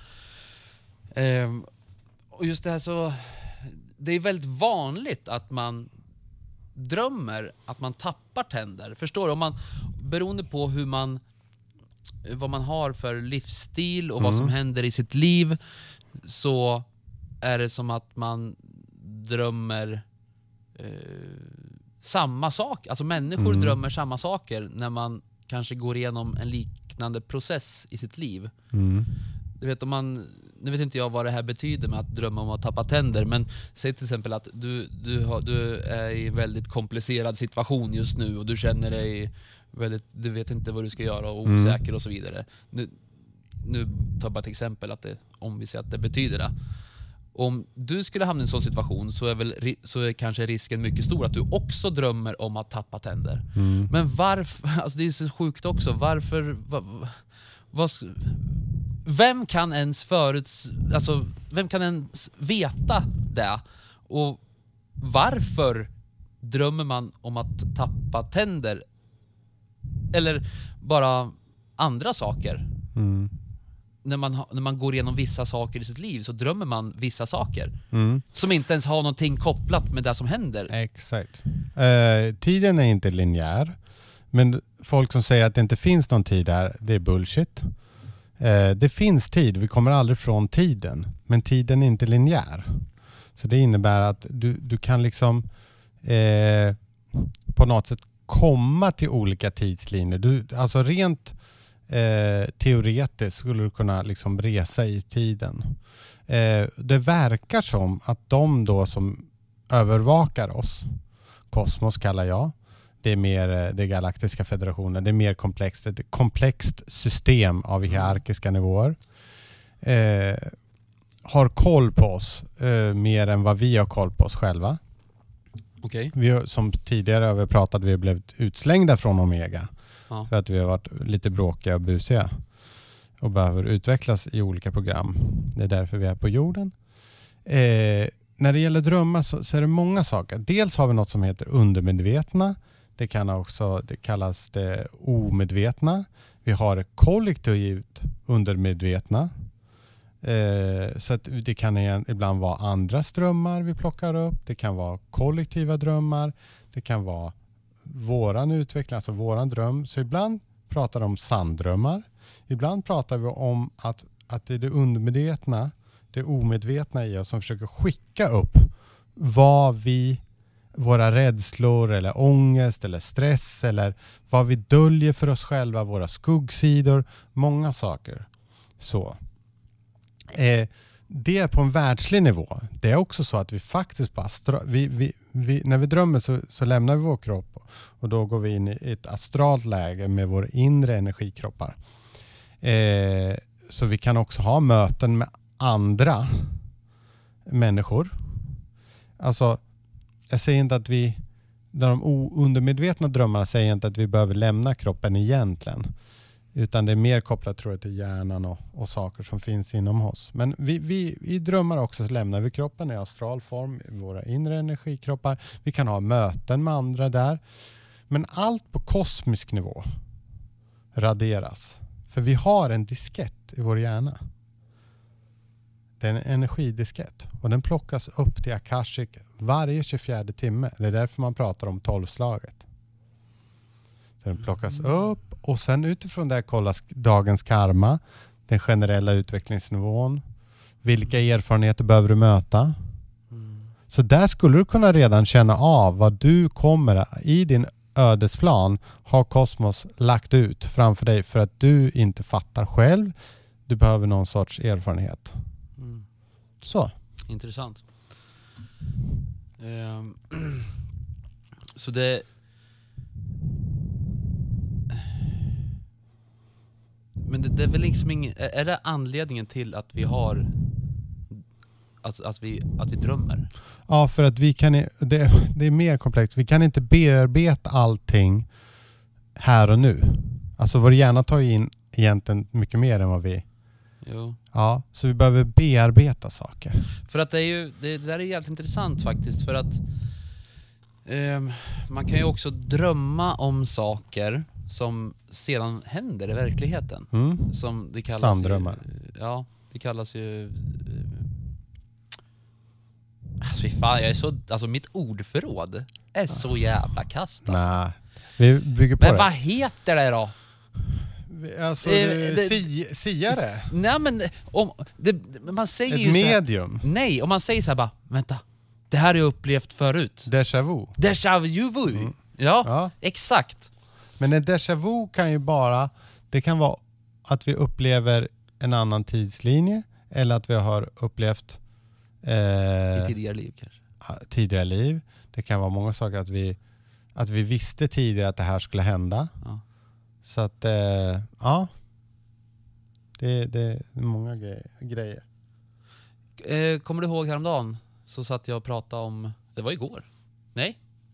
Och just det här, så det är väldigt vanligt att man drömmer att man tappar tänder. Förstår du? Om man, beroende på vad man har för livsstil och vad som händer i sitt liv, så är det som att man drömmer samma sak. Alltså människor drömmer samma saker när man kanske går igenom en liknande process i sitt liv. Du vet, nu vet inte jag vad det här betyder med att drömma om att tappa tänder, men säg till exempel att du är i en väldigt komplicerad situation just nu och du känner dig du vet inte vad du ska göra och osäker och så vidare. Nu tar jag bara ett exempel om vi säger att det betyder det. Om du skulle hamna i en sån situation så är kanske risken mycket stor att du också drömmer om att tappa tänder. Men varför, alltså det är så sjukt också, varför vem kan ens veta det? Och varför drömmer man om att tappa tänder? Eller bara andra saker? När man går igenom vissa saker i sitt liv så drömmer man vissa saker som inte ens har någonting kopplat med det som händer. Exakt. Tiden är inte linjär, men folk som säger att det inte finns någon tid där, det är bullshit. Det finns tid, vi kommer aldrig från tiden, men tiden är inte linjär. Så det innebär att du kan liksom på något sätt komma till olika tidslinjer. Alltså rent teoretiskt skulle du kunna liksom resa i tiden. Det verkar som att de då som övervakar oss, kosmos kallar jag, det är mer det galaktiska federationen, det är mer komplext, ett komplext system av hierarkiska nivåer. Har koll på oss mer än vad vi har koll på oss själva. Okay. Vi, som tidigare har vi pratat, vi har blivit utslängda från Omega. Ja. För att vi har varit lite bråkiga och busiga. Och behöver utvecklas i olika program. Det är därför vi är på jorden. När det gäller drömmar så är det många saker. Dels har vi något som heter undermedvetna. Det kallas det omedvetna. Vi har kollektivt undermedvetna. Så att det kan ibland vara andras drömmar vi plockar upp. Det kan vara kollektiva drömmar. Det kan vara våran utveckling, alltså våran dröm. Så ibland pratar vi om sanddrömmar. Ibland pratar vi om att det är det undermedvetna, det omedvetna i oss som försöker skicka upp våra rädslor eller ångest eller stress eller vad vi döljer för oss själva, våra skuggsidor, många saker. Så. Det är på en världslig nivå. Det är också så att vi faktiskt när vi drömmer så lämnar vi vår kropp och då går vi in i ett astralt läge med våra inre energikroppar. Så vi kan också ha möten med andra människor. Alltså, jag säger inte att de undermedvetna drömmarna säger inte att vi behöver lämna kroppen egentligen. Utan det är mer kopplat, tror jag, till hjärnan och saker som finns inom oss. Men vi drömmar också, så lämnar vi kroppen i astral form, i våra inre energikroppar. Vi kan ha möten med andra där. Men allt på kosmisk nivå raderas. För vi har en diskett i vår hjärna. Det är en energidiskett. Och den plockas upp till Akashic varje 24 timme. Det är därför man pratar om 12-slaget. Så den plockas upp. Och sen utifrån det kollas dagens karma. Den generella utvecklingsnivån. Vilka erfarenheter behöver du möta? Så där skulle du kunna redan känna av vad du kommer i din ödesplan har kosmos lagt ut framför dig för att du inte fattar själv. Du behöver någon sorts erfarenhet. Så. Intressant. Så det... Men det är väl liksom är det anledningen till att vi har att vi drömmer? Ja, för att vi kan det är mer komplext. Vi kan inte bearbeta allting här och nu. Alltså vår hjärna tar in egentligen mycket mer än vad vi... Jo. Ja, så vi behöver bearbeta saker. För att det där är jävligt intressant faktiskt, för att man kan ju också drömma om saker som sedan händer i verkligheten. Som det kallas sanddrömmar. Ja, det kallas ju alltså fan, mitt ordförråd är så jävla kast alltså. Nej, vi bygger på. Men vad heter det då? Alltså siare. Nej, men man säger ett ju medium. Så här, nej, om man säger så här bara, vänta, det här har jag upplevt förut. Déjà vu. Déjà vu. Ja, exakt. Men en déjà vu kan ju bara, det kan vara att vi upplever en annan tidslinje eller att vi har upplevt i tidigare liv kanske. Tidigare liv. Det kan vara många saker att vi visste tidigare att det här skulle hända. Ja. Så att ja, det är många grejer. Kommer du ihåg häromdagen så satt jag och pratade om, det var igår. Nej.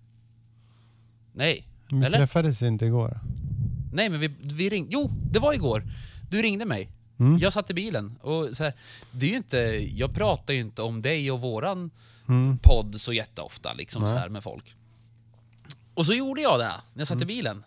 Vi träffades inte igår. Nej, men vi ringde. Jo, det var igår. Du ringde mig. Jag satt i bilen och så här, det är ju inte, jag pratar ju inte om dig och våran podd så jätteofta liksom så här med folk. Och så gjorde jag det när jag satt i bilen.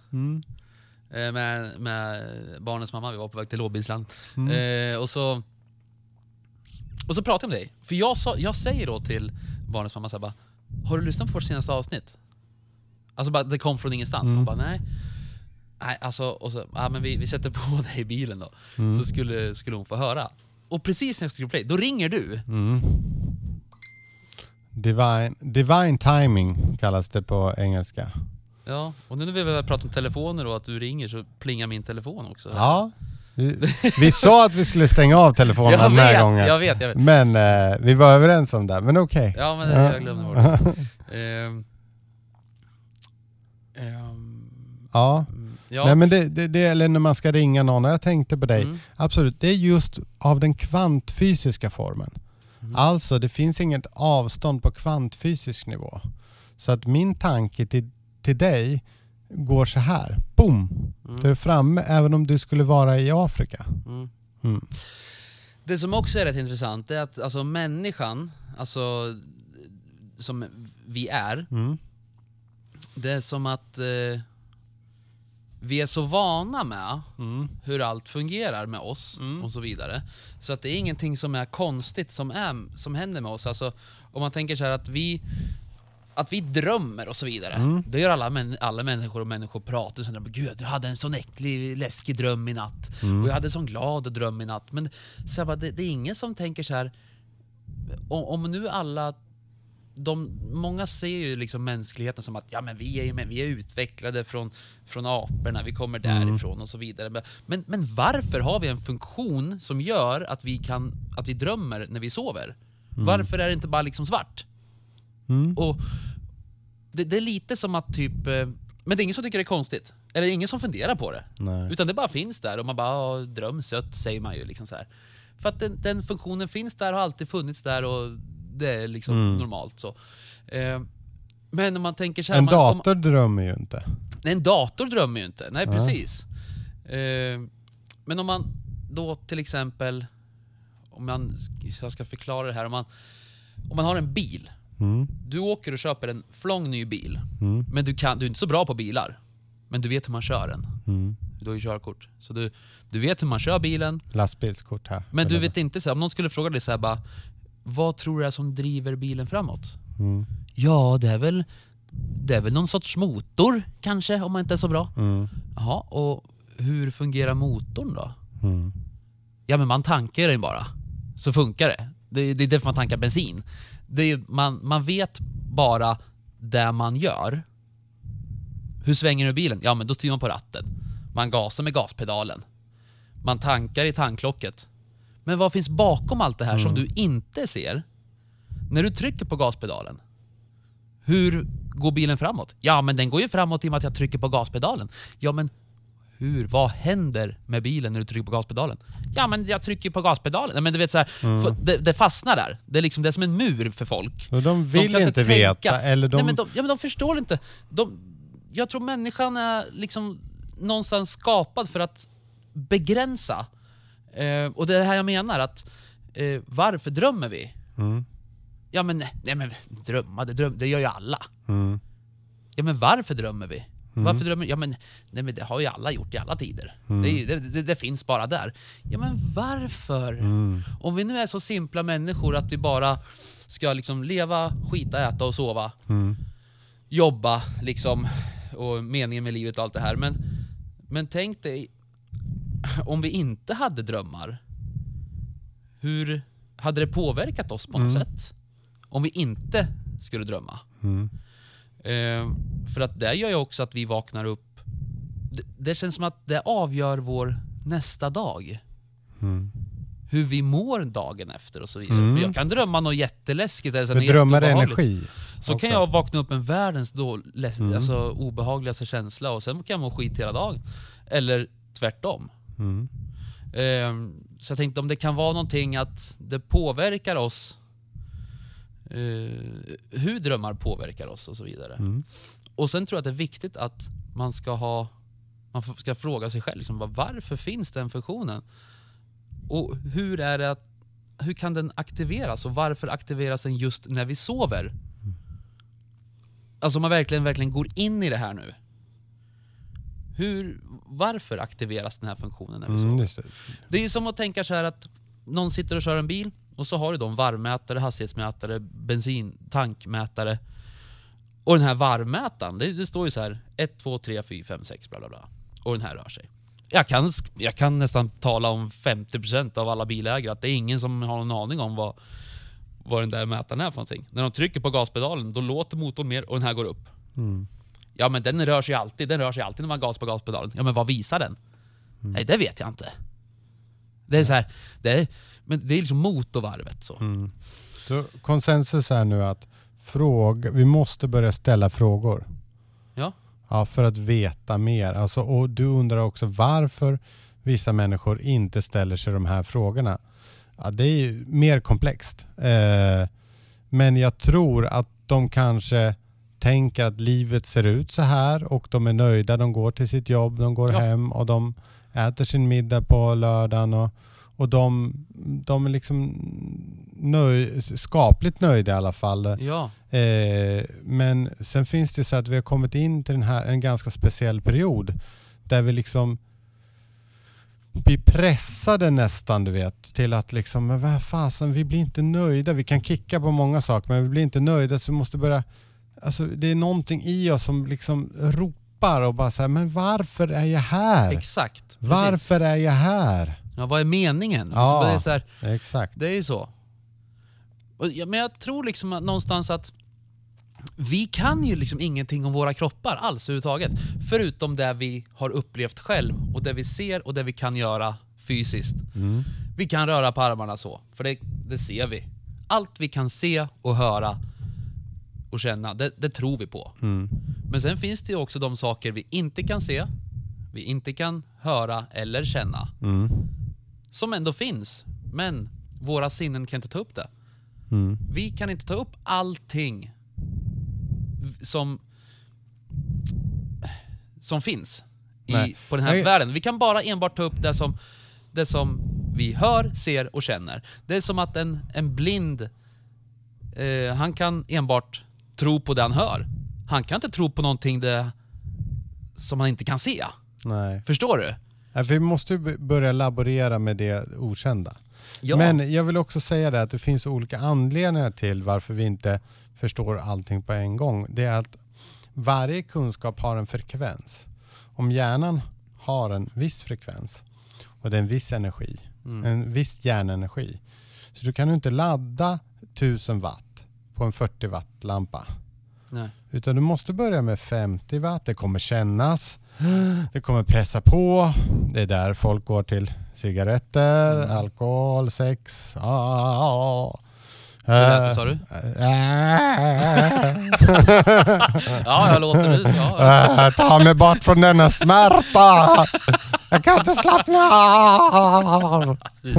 Med barnens mamma, vi var på väg till Låbbilsland. Och så pratade jag om dig. För jag säger då till barnens mamma så här, bara, har du lyssnat på vårt senaste avsnitt? Alltså bara, det kom från ingenstans. Hon bara, nej, alltså, och så, men vi sätter på dig i bilen då. Så skulle hon få höra. Och precis när jag skulle play, då ringer du. Divine timing kallas det på engelska. Ja, och nu när vi börjar prata om telefoner och att du ringer så plingar min telefon också. Ja, vi sa att vi skulle stänga av telefonen den här gången. Jag vet. Men vi var överens om det, men okej. Ja, men jag glömde bort det. Ja. Nej, men det eller när man ska ringa någon, och jag tänkte på dig. Absolut, det är just av den kvantfysiska formen. Alltså, det finns inget avstånd på kvantfysisk nivå. Så att min tanke till dig går så här. Boom! Du är framme även om du skulle vara i Afrika. Det som också är rätt intressant är att alltså, människan, alltså, som vi är, det är som att vi är så vana med hur allt fungerar med oss och så vidare. Så att det är ingenting som är konstigt som händer med oss. Alltså, om man tänker så här att vi drömmer och så vidare. Det gör alla människor, och människor pratar så här, gud, jag hade en sån äcklig, läskig dröm i natt. Och jag hade en sån glad dröm i natt. Men så här, bara, det är ingen som tänker så här, om nu alla många ser ju liksom mänskligheten som att ja, men vi är utvecklade från aporna, vi kommer därifrån och så vidare. Men varför har vi en funktion som gör att vi drömmer när vi sover? Varför är det inte bara liksom svart? Och det är lite som att typ, men det är ingen som tycker det är konstigt. Eller ingen som funderar på det. Nej. Utan det bara finns där och man bara drömsött säger man ju liksom så här. För att den funktionen finns där, har alltid funnits där och det är liksom normalt så. Men om man tänker så här, en dator drömmer ju inte. Nej, en dator drömmer ju inte. Nej, precis. Men om man då till exempel, jag ska förklara det här, om man har en bil. Du åker och köper en flång ny bil. Men du är inte så bra på bilar. Men du vet hur man kör den. Du har ju körkort. Så du vet hur man kör bilen. Lastbilskort här. Men du vet inte så här, om någon skulle fråga dig så här bara, vad tror du är som driver bilen framåt? Ja, det är väl någon sorts motor kanske, om man inte är så bra. Jaha, och hur fungerar motorn då? Ja, men man tankar den bara. Så funkar det. Det är därför man tankar bensin. Det är, man vet bara det man gör. Hur svänger du bilen? Ja, men då styr man på ratten. Man gasar med gaspedalen. Man tankar i tanklocket. Men vad finns bakom allt det här som du inte ser? När du trycker på gaspedalen, hur går bilen framåt? Ja, men den går ju framåt i och med att jag trycker på gaspedalen. Ja, men vad händer med bilen när du trycker på gaspedalen? Ja, men jag trycker på gaspedalen. Nej, men du vet så här, det fastnar där. Det är liksom det är som en mur för folk. Och de vill inte veta eller Nej, men de förstår inte. Jag tror människan är liksom någonstans skapad för att begränsa. Och det är det här jag menar att varför drömmer vi? Ja, men nej, men drömma, det gör ju alla. Ja, men varför drömmer vi? Varför drömmer? Ja, men nej, men det har ju alla gjort i alla tider. Det finns bara där. Ja, men varför? Om vi nu är så simpla människor att vi bara ska liksom leva, skita, äta och sova. Jobba liksom, och meningen med livet och allt det här. Men tänk dig, om vi inte hade drömmar, hur hade det påverkat oss på något sätt? Om vi inte skulle drömma. För att det gör ju också att vi vaknar upp det känns som att det avgör vår nästa dag. Mm. Hur vi mår dagen efter och så vidare. För jag kan drömma något jätteläskigt eller för drömmar är energi. Så också. kan jag vakna upp med världens alltså obehagligaste känsla och sen kan jag må skit hela dagen. Eller tvärtom. Så jag tänkte om det kan vara någonting att det påverkar oss, hur drömmar påverkar oss och så vidare. Och sen tror jag att det är viktigt att man ska fråga sig själv liksom, varför finns den funktionen? Och hur kan den aktiveras och varför aktiveras den just när vi sover? Alltså om man verkligen går in i det här nu. Varför aktiveras den här funktionen när vi sover? Det är som att tänka så här att någon sitter och kör en bil och så har du då en varmmätare, hastighetsmätare, bensintankmätare. Och den här varmmätaren, det står ju så här 1, 2, 3, 4, 5, 6 bla bla bla. Och den här rör sig. Jag kan nästan tala om 50% av alla bilägare att det är ingen som har någon aning om vad den där mätaren är för någonting. När de trycker på gaspedalen, då låter motorn mer och den här går upp. Ja, men den rör sig alltid när man gas på gaspedalen. Ja, men vad visar den? Nej, det vet jag inte. Det är så här, men det är liksom motorvarvet så. Så konsensus är nu att vi måste börja ställa frågor. Ja, för att veta mer. Alltså, och du undrar också varför vissa människor inte ställer sig de här frågorna. Ja, det är ju mer komplext. Men jag tror att de kanske tänker att livet ser ut så här och de är nöjda. De går till sitt jobb, de går hem och de äter sin middag på lördagen och de är liksom skapligt nöjda i alla fall. Ja. Men sen finns det så att vi har kommit in till en ganska speciell period där vi liksom blir pressade nästan, du vet, till att liksom, men vad fasen, vi blir inte nöjda. Vi kan kicka på många saker, men vi blir inte nöjda, så vi måste börja, alltså det är någonting i oss som liksom ropar och bara säger, men varför är jag här? Exakt. Precis. Varför är jag här? Ja, vad är meningen? Ja, alltså, det är så här, exakt. Det är ju så. Men jag tror liksom att någonstans att vi kan ju liksom ingenting om våra kroppar alls överhuvudtaget. Förutom det vi har upplevt själv och det vi ser och det vi kan göra fysiskt. Vi kan röra på armarna så, för det ser vi. Allt vi kan se och höra och känna, det tror vi på. Men sen finns det ju också de saker vi inte kan se, vi inte kan höra eller känna. Som ändå finns, men våra sinnen kan inte ta upp det. Vi kan inte ta upp allting som finns på den här världen. Vi kan bara enbart ta upp det som vi hör, ser och känner. Det är som att en blind han kan enbart tro på det han hör. Han kan inte tro på någonting som han inte kan se. Nej. Förstår du? Ja, vi måste börja laborera med det okända. Ja. Men jag vill också säga det att det finns olika anledningar till varför vi inte förstår allting på en gång. Det är att varje kunskap har en frekvens. Om hjärnan har en viss frekvens och det är en viss energi, en viss hjärnenergi. Så du kan ju inte ladda 1000 watt på en 40 watt lampa. Nej. Utan du måste börja med 50 watt. Det kommer kännas. Det kommer pressa på. Det är där folk går till cigaretter, alkohol, sex. Hur lät det, sa du? Ja, jag låter det. Ja. Ta mig bort från denna smärta. Jag kan inte slappna av.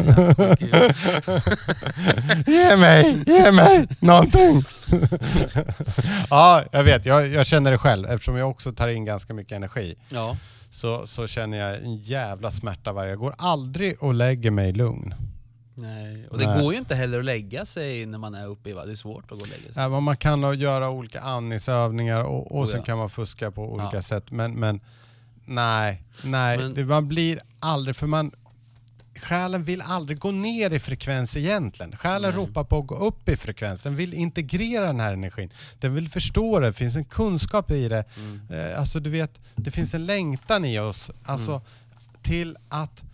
Ge mig någonting. Ja, jag vet. Jag känner det själv. Eftersom jag också tar in ganska mycket energi. Ja. Så känner jag en jävla smärta varje. Jag går aldrig och lägger mig lugn. Nej, och det går ju inte heller att lägga sig när man är uppe i vad. Det är svårt att gå och lägga sig. Ja, man kan göra olika andningsövningar och sen kan man fuska på olika sätt. Men nej. Man blir aldrig, för själen vill aldrig gå ner i frekvens egentligen. Själen ropar på att gå upp i frekvens. Den vill integrera den här energin. Den vill förstå det. Det finns en kunskap i det. Alltså du vet, det finns en längtan i oss. Alltså till att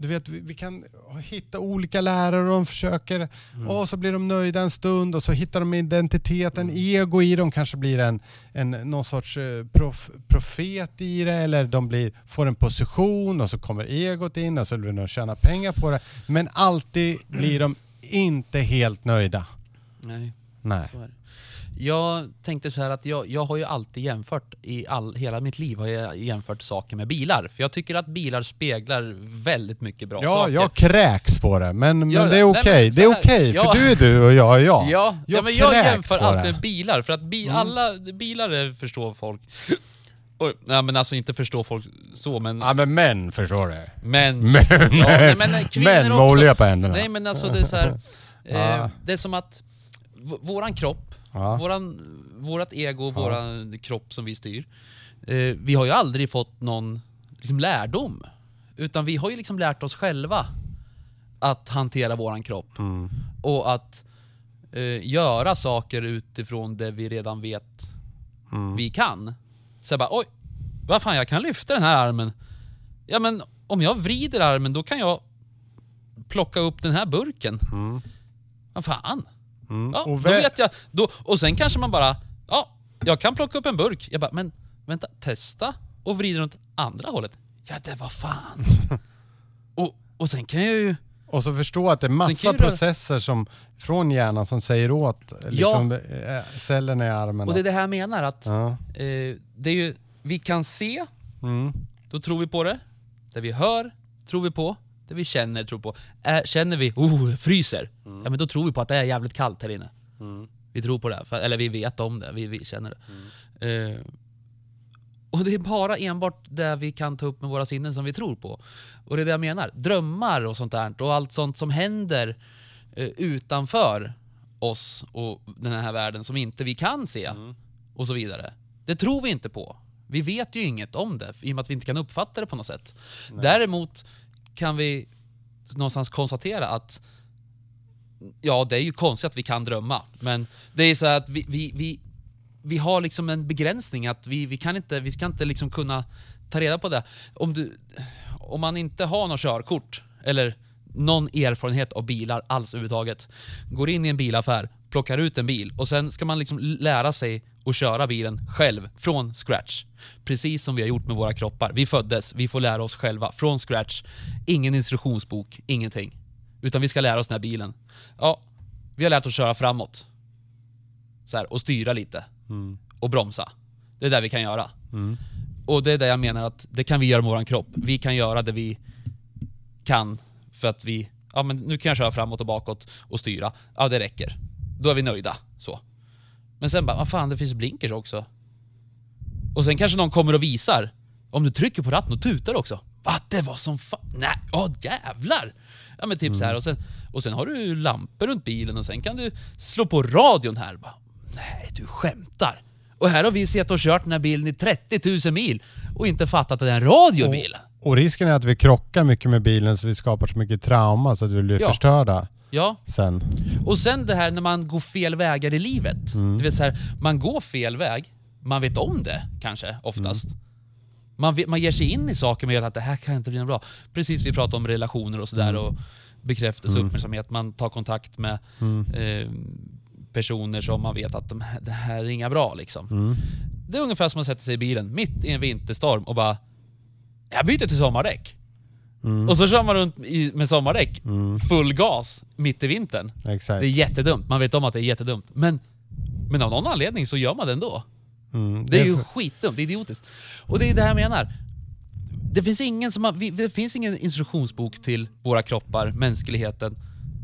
du vet, vi kan hitta olika lärare och de försöker, och så blir de nöjda en stund och så hittar de identiteten, ego i dem, kanske blir någon sorts profet i det, eller de får en position och så kommer egot in och så blir de tjäna pengar på det, men alltid blir de inte helt nöjda. Nej. Så är det. Jag tänkte så här att jag har ju alltid jämfört hela mitt liv har jag jämfört saker med bilar. För jag tycker att bilar speglar väldigt mycket bra saker. Jag kräks på det, men det är okej. Det är okej, för du är du och jag är jag. Jag jämför alltid med bilar, för att alla bilar förstår folk. Nej, men alltså inte förstår folk så, men... Ja, men män förstår det. Men kvinnor män också. Måliga på händerna. Nej, men alltså det är så här... det är som att våran kropp, vårat ego, våran kropp som vi styr, vi har ju aldrig fått någon liksom lärdom, utan vi har ju liksom lärt oss själva att hantera våran kropp och att göra saker utifrån det vi redan vet vi kan. Så jag bara, oj, vad fan, jag kan lyfta den här armen. Ja, men om jag vrider armen, då kan jag plocka upp den här burken. Vad fan? Ja, då vet jag. Och sen kanske man bara, jag kan plocka upp en burk. Jag bara, men vänta, testa och vrida runt andra hållet. Ja, det var fan. och sen kan jag ju... Och så förstå att det är massa processer som, från hjärnan som säger åt liksom, cellerna i armen. Och det är det här jag menar, att det är ju, vi kan se, då tror vi på det. Det vi hör, tror vi på. Det vi känner, tror på. Känner vi, fryser. Ja, men då tror vi på att det är jävligt kallt här inne. Vi tror på det, eller vi vet om det, vi känner det. Och det är bara enbart det vi kan ta upp med våra sinnen som vi tror på. Och det är det jag menar. Drömmar och sånt där, och allt sånt som händer utanför oss och den här världen som inte vi kan se och så vidare. Det tror vi inte på. Vi vet ju inget om det i och med att vi inte kan uppfatta det på något sätt. Nej. Däremot kan vi någonstans konstatera att det är ju konstigt att vi kan drömma, men det är så att vi har liksom en begränsning att vi ska inte liksom kunna ta reda på det. Om man inte har något körkort eller någon erfarenhet av bilar alls överhuvudtaget, går in i en bilaffär, plockar ut en bil och sen ska man liksom lära sig att köra bilen själv från scratch. Precis som vi har gjort med våra kroppar. Vi föddes, vi får lära oss själva från scratch. Ingen instruktionsbok, ingenting. Utan vi ska lära oss den här bilen. Ja, vi har lärt oss köra framåt. Så här, och styra lite. Och bromsa. Det är det vi kan göra. Och det är det jag menar, att det kan vi göra med våran kropp. Vi kan göra det vi kan för att men nu kan jag köra framåt och bakåt och styra. Ja, det räcker. Då är vi nöjda. Så. Men sen bara, vad fan, det finns blinkers också. Och sen kanske någon kommer och visar. Om du trycker på ratten och tutar också. Va, det var som fan. Nej, jävlar. Ja, men typ så här. Och sen har du lampor runt bilen. Och sen kan du slå på radion här. Bara, nej, du skämtar. Och här har vi sett och kört den här bilen i 30 000 mil. Och inte fattat att det är en radiobil. Och risken är att vi krockar mycket med bilen, så vi skapar så mycket trauma så att vi blir förstörda. Ja. Sen. Och sen det här när man går fel vägar i livet. Det vill säga, man går fel väg. Man vet om det kanske oftast. Man ger sig in i saker med att det här kan inte bli bra. Precis, vi pratar om relationer och sådär och bekräftelse, uppmärksamhet. Man tar kontakt med personer som man vet att det här är inga bra liksom. Det är ungefär som att sätta sig i bilen mitt i en vinterstorm och bara, jag byter till sommardäck. Och så kör man runt med sommardäck full gas mitt i vintern. Exakt. Det är jättedumt. Man vet om att det är jättedumt. Men av någon anledning så gör man det ändå. Det är ju skitdumt, det är idiotiskt. Och det är det här jag menar. Det finns ingen instruktionsbok till våra kroppar, mänskligheten.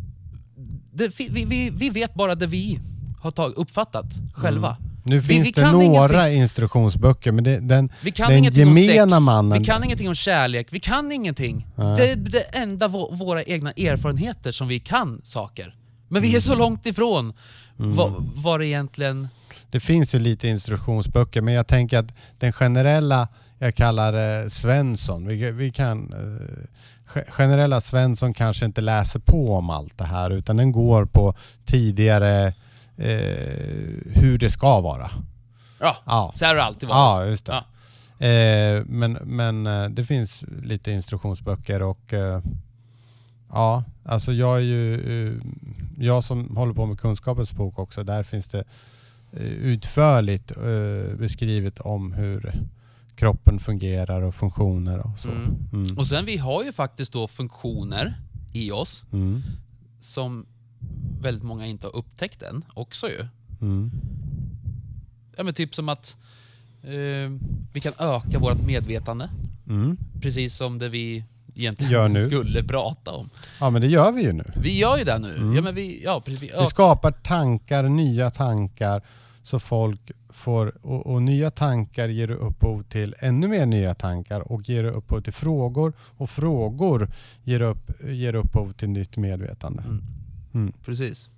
Vi vet bara det vi har uppfattat själva. Nu finns det några instruktionsböcker, men den gemena mannen... Vi kan ingenting om kärlek, vi kan ingenting. Det är det enda våra egna erfarenheter som vi kan saker. Men vi är så långt ifrån vad det egentligen... Det finns ju lite instruktionsböcker, men jag tänker att den generella, jag kallar det Svensson, vi kan... generella Svensson kanske inte läser på om allt det här, utan den går på tidigare hur det ska vara. Ja. Så har det alltid varit. Ja, just det. Ja. Men det finns lite instruktionsböcker och Ja, alltså jag är ju... Jag som håller på med Kunskapens bok också, där finns det utförligt beskrivet om hur kroppen fungerar och funktioner och så. Och sen vi har ju faktiskt då funktioner i oss som väldigt många inte har upptäckt än också ju. Ja, men typ som att vi kan öka vårt medvetande. Precis som det vi egentligen skulle prata om. Ja, men det gör vi ju nu. Vi gör ju det nu. Ja, men vi skapar tankar, nya tankar, så folk får, och nya tankar ger upphov till ännu mer nya tankar och ger upphov till frågor, och frågor ger upphov till nytt medvetande. Precis.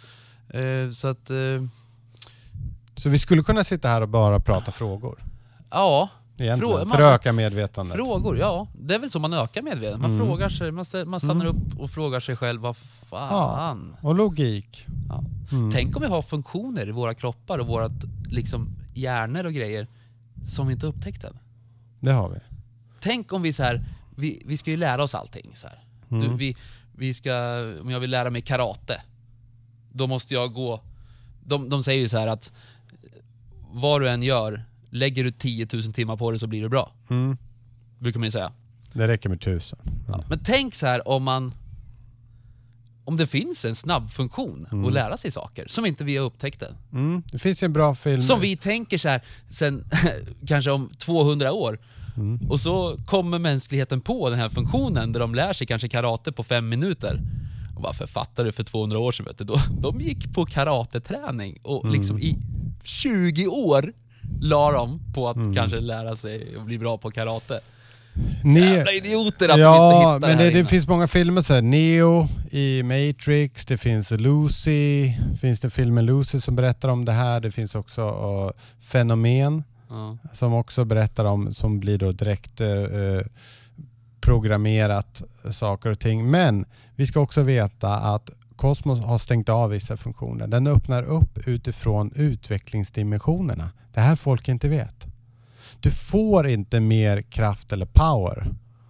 Så vi skulle kunna sitta här och bara prata frågor. Ja. För att öka medvetandet. Frågor, ja. Det är väl så man ökar medvetandet. Man frågar sig, man stannar upp och frågar sig själv, vad fan. Ja, och logik. Ja. Tänk om vi har funktioner i våra kroppar och våra liksom, hjärnor och grejer som vi inte upptäckt än. Det har vi. Tänk om vi så här, vi ska ju lära oss allting så här. Vi ska, om jag vill lära mig karate, då måste jag gå. De säger ju så här att vad du än gör, lägger du 10 000 timmar på det så blir det bra. Brukar man ju säga. Det räcker med 1000. Ja, men tänk så här om det finns en snabb funktion att lära sig saker som inte vi har upptäckt än. Det finns en bra film. Som vi tänker så här sen kanske om 200 år. Och så kommer mänskligheten på den här funktionen där de lär sig kanske karate på 5 minuter. Och bara författare för 200 år sedan, vet du, de gick på karateträning och liksom i 20 år la de på att kanske lära sig och bli bra på karate. Jävla idioter att de inte hittar men det finns många filmer så här. Neo i Matrix, det finns Lucy, finns det filmen Lucy som berättar om det här. Det finns också Fenomen som också berättar om, som blir då direkt programmerat saker och ting. Men vi ska också veta att kosmos har stängt av vissa funktioner. Den öppnar upp utifrån utvecklingsdimensionerna. Det här folk inte vet. Du får inte mer kraft eller power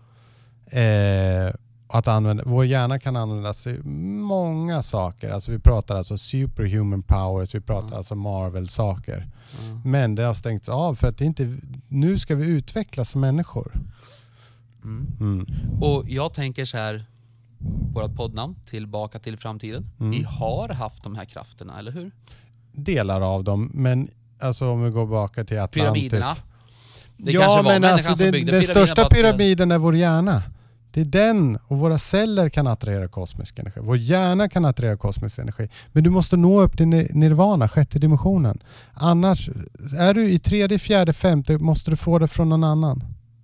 att använda. Vår hjärna kan användas i många saker. Alltså vi pratar alltså superhuman powers, vi pratar alltså Marvel-saker. Men det har stängts av för att det inte, nu ska vi utvecklas som människor. Och jag tänker så här, vårt poddnamn, Tillbaka till framtiden. Vi har haft de här krafterna, eller hur? Delar av dem, men alltså om vi går tillbaka till Atlantis. Pyramiderna. Det men alltså den största pyramiden är vår hjärna. Det är den, och våra celler kan attrahera kosmisk energi. Vår hjärna kan attrahera kosmisk energi. Men du måste nå upp till nirvana, 6:e dimensionen. Annars, är du i 3:e, 4:e, 5:e, måste du få det från någon annan.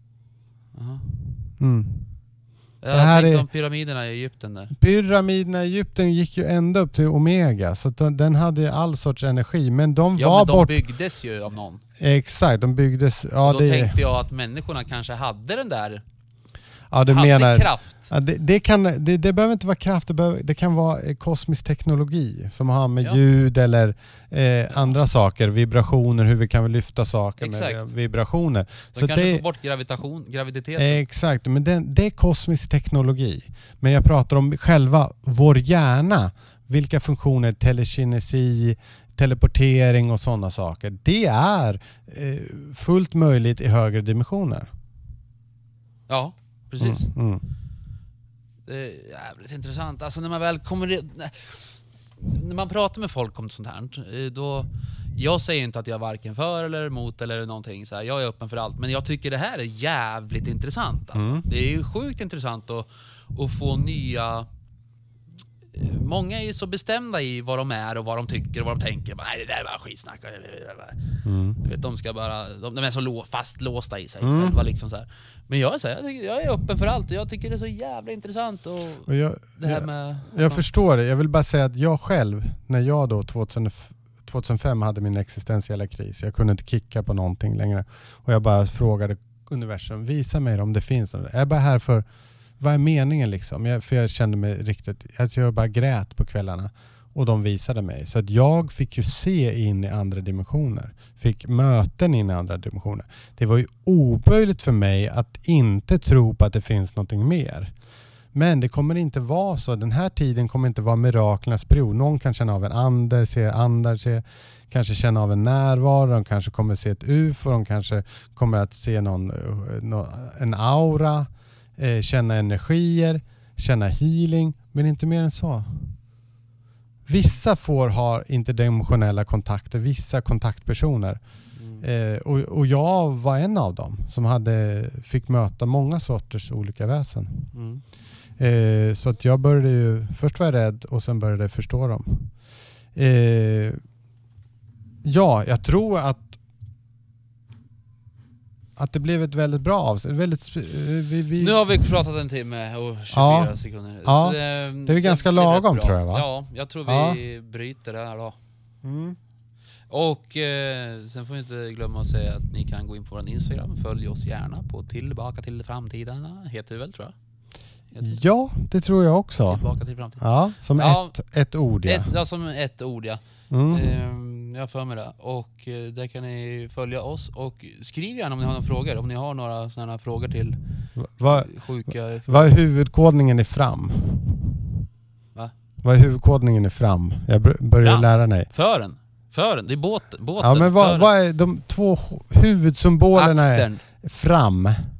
Jag tänkte om pyramiderna i Egypten där. Pyramiderna i Egypten gick ju ända upp till Omega, så att den hade all sorts energi, men de byggdes ju av någon. Exakt, de byggdes. Ja, och då tänkte jag att människorna kanske hade den där. Ja, du menar kraft. Ja, det behöver inte vara kraft, det kan vara kosmisk teknologi som har med ljud eller andra saker, vibrationer, hur vi kan lyfta saker med vibrationer. Så kanske ta bort graviditeten. Exakt, men det är kosmisk teknologi. Men jag pratar om själva vår hjärna, vilka funktioner, telekinesi, teleportering och sådana saker. Det är fullt möjligt i högre dimensioner. Ja, precis. Det är jävligt intressant. Alltså när man väl när man pratar med folk om sånt här, då, jag säger inte att jag är varken för eller emot eller någonting så här. Jag är öppen för allt, men jag tycker det här är jävligt intressant alltså. Det är ju sjukt intressant att få nya. Många är ju så bestämda i vad de är och vad de tycker och vad de tänker. Nej, det där är bara skitsnack. Du vet, de ska bara, de är så fastlåsta i sig själva liksom så här. Men jag är öppen för allt och jag tycker det är så jävla intressant och det här med. Jag förstår det. Jag vill bara säga att jag själv, när jag då 2005 hade min existentiella kris, jag kunde inte kicka på någonting längre och jag bara frågade universum, visa mig om det finns något. Jag är bara här för, vad är meningen liksom? För jag kände mig riktigt, jag bara grät på kvällarna och de visade mig. Så att jag fick ju se in i andra dimensioner. Fick möten in i andra dimensioner. Det var ju omöjligt för mig att inte tro på att det finns någonting mer. Men det kommer inte vara så. Den här tiden kommer inte vara miraklernas period. Någon kan känna av en ande, se andar, kanske känna av en närvaro. De kanske kommer se ett UFO. De kanske kommer att se en aura. Känna energier. Känna healing. Men inte mer än så. Vissa har interdimensionella kontakter. Vissa kontaktpersoner. Och jag var en av dem som fick möta många sorters olika väsen. Så att jag började ju, först var jag rädd och sen började jag förstå dem. Ja, jag tror att det blev ett väldigt bra avsnitt. Nu har vi pratat en timme och 24 sekunder. Ja, så det är ganska lagom tror jag, va? Ja, jag tror vi bryter det här då. Och sen får vi inte glömma att säga att ni kan gå in på vår Instagram. Följ oss gärna på Tillbaka till framtiden. Heter det väl, tror jag? Ja, det tror jag också. Tillbaka till framtiden. Ja, som ett ord. Ja. Som ett ord, ja. Jag för mig det. Och där kan ni följa oss. Och skriv gärna om ni har några frågor. Om ni har några sådana frågor till sjuka... Vad är huvudkodningen i fram? Va? Vad är huvudkodningen i fram? Jag börjar lära mig. Fören, det är båten. Ja, men vad är de två huvudsymbolerna? Aktern. Fram.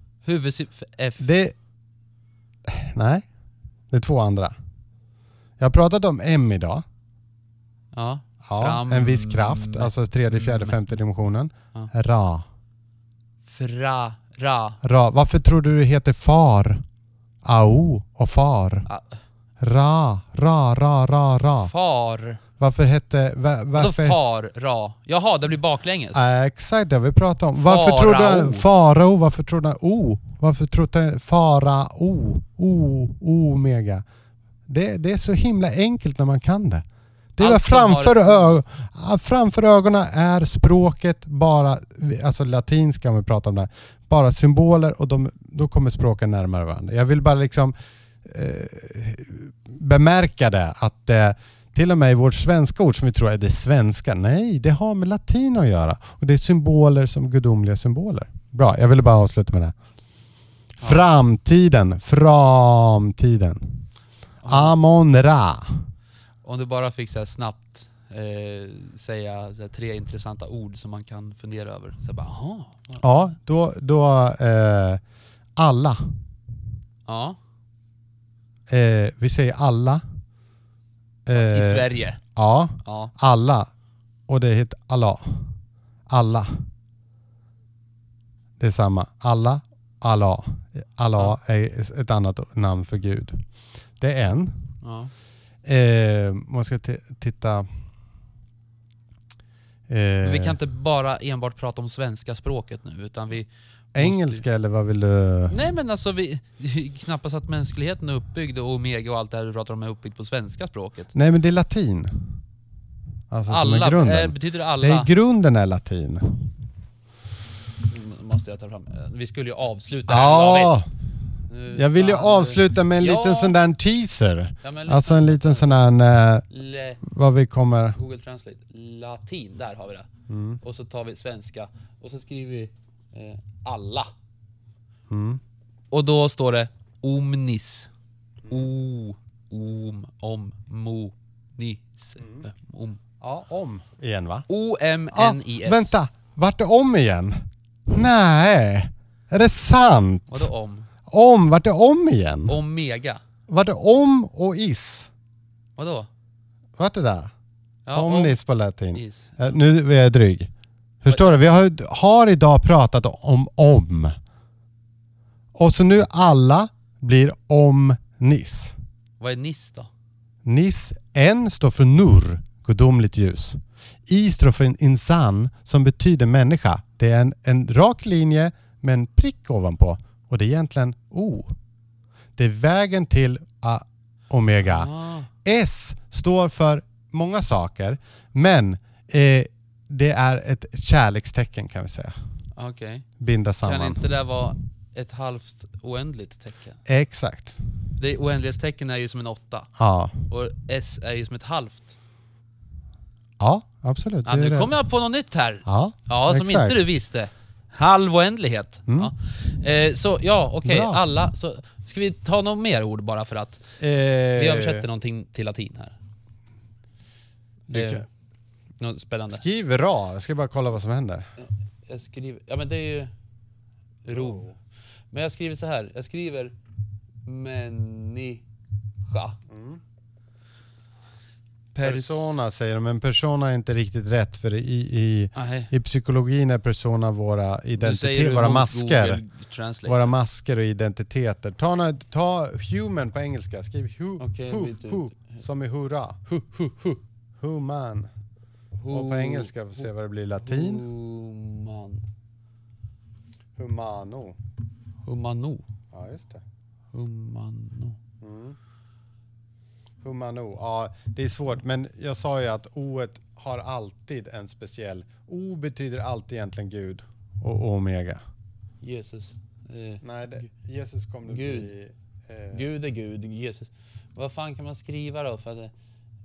Nej, det är två andra. Jag har pratat om M idag. Ja, fram. En viss kraft, alltså tredje, fjärde, femte dimensionen. Ja. Ra. Ra. Varför tror du det heter far? Au och far. Ra. Far. Varför hette... Varför... Far, ra. Jaha, det blir baklänges. Exakt, det har vi pratat om. Varför tror du farao? Varför tror du Varför tror du farao? Omega. Det är så himla enkelt när man kan det. Det är framför ögonen är språket bara, alltså latinska om vi pratar om det, bara symboler och då kommer språken närmare varandra. Jag vill bara liksom bemärka det att till och med i vårt svenska ord som vi tror är det svenska, nej, det har med latin att göra. Och det är symboler som gudomliga symboler. Bra, jag ville bara avsluta med det. Framtiden. Amon-Ra. Om du bara fick så här snabbt säga så här 3 intressanta ord som man kan fundera över. Så bara, aha. Ja, då alla. Ja. Vi säger alla. I Sverige. Ja. Alla. Och det heter Allah. Alla. Det är samma. Allah. Allah är ett annat namn för Gud. Det är en. Ja. Man ska titta. Men vi kan inte bara enbart prata om svenska språket nu, utan vi engelska eller vad vill du? Nej, men alltså knappast att mänskligheten är uppbyggd och omega och allt det här du pratar om är uppbyggt på svenska språket. Nej, men det är latin. Alltså alla, som är grunden. Betyder alla? Det är grunden är latin. Måste jag ta fram. Vi skulle ju avsluta. Ja. Jag vill ju avsluta med en liten sån där teaser. Ja, alltså en liten sån där vad vi kommer... Google Translate. Latin, där har vi det. Och så tar vi svenska. Och så skriver vi alla. Och då står det omnis. Mo, nis. Ja, om igen, va? O-M-N-I-S. Vänta, vart det om igen? Nej, är det sant? Vadå om? Vart det om igen? Omega. Vart det om och is? Vadå? Vart det där? Ja, omnis på latin. Is. Nu är jag dryg. Förstår du? Vi har idag pratat om. Och så nu alla blir omnis. Vad är nis då? Nis, N står för nur, gudomligt ljus. I står för insan som betyder människa. Det är en rak linje med en prick ovanpå. Och det är egentligen O. Det är vägen till omega. S står för många saker. Men det är ett kärlekstecken kan vi säga. Okej. Binda samman. Kan inte det vara ett halvt oändligt tecken? Exakt. Det oändlighetstecken är ju som en 8. Ja. Och S är ju som ett halvt. Ja, absolut. Ja, nu kommer jag på något nytt här. Ja, som inte du visste. Halv oändlighet. Ja. Så ja, okej. Alla. Så Ska vi ta något mer ord bara för att vi översätter någonting till latin här. Något spännande. Skriv ra. Jag ska bara kolla vad som händer. Jag skriver... Ja, men det är ju... Ro. Men jag skriver så här. Jag skriver... Människa. Persona säger de, men persona är inte riktigt rätt, för i psykologin är persona våra identiteter, våra masker. Våra masker och identiteter. Ta human på engelska. Skriv who som är hurra. Human. Och på engelska får se vad det blir latin. Humano. Ja, just det. Humano. Ja, det är svårt, men jag sa ju att O-et har alltid en speciell... O betyder alltid egentligen Gud och omega. Jesus. Nej, Jesus kommer att bli... Gud är Gud, Jesus. Vad fan kan man skriva då för att...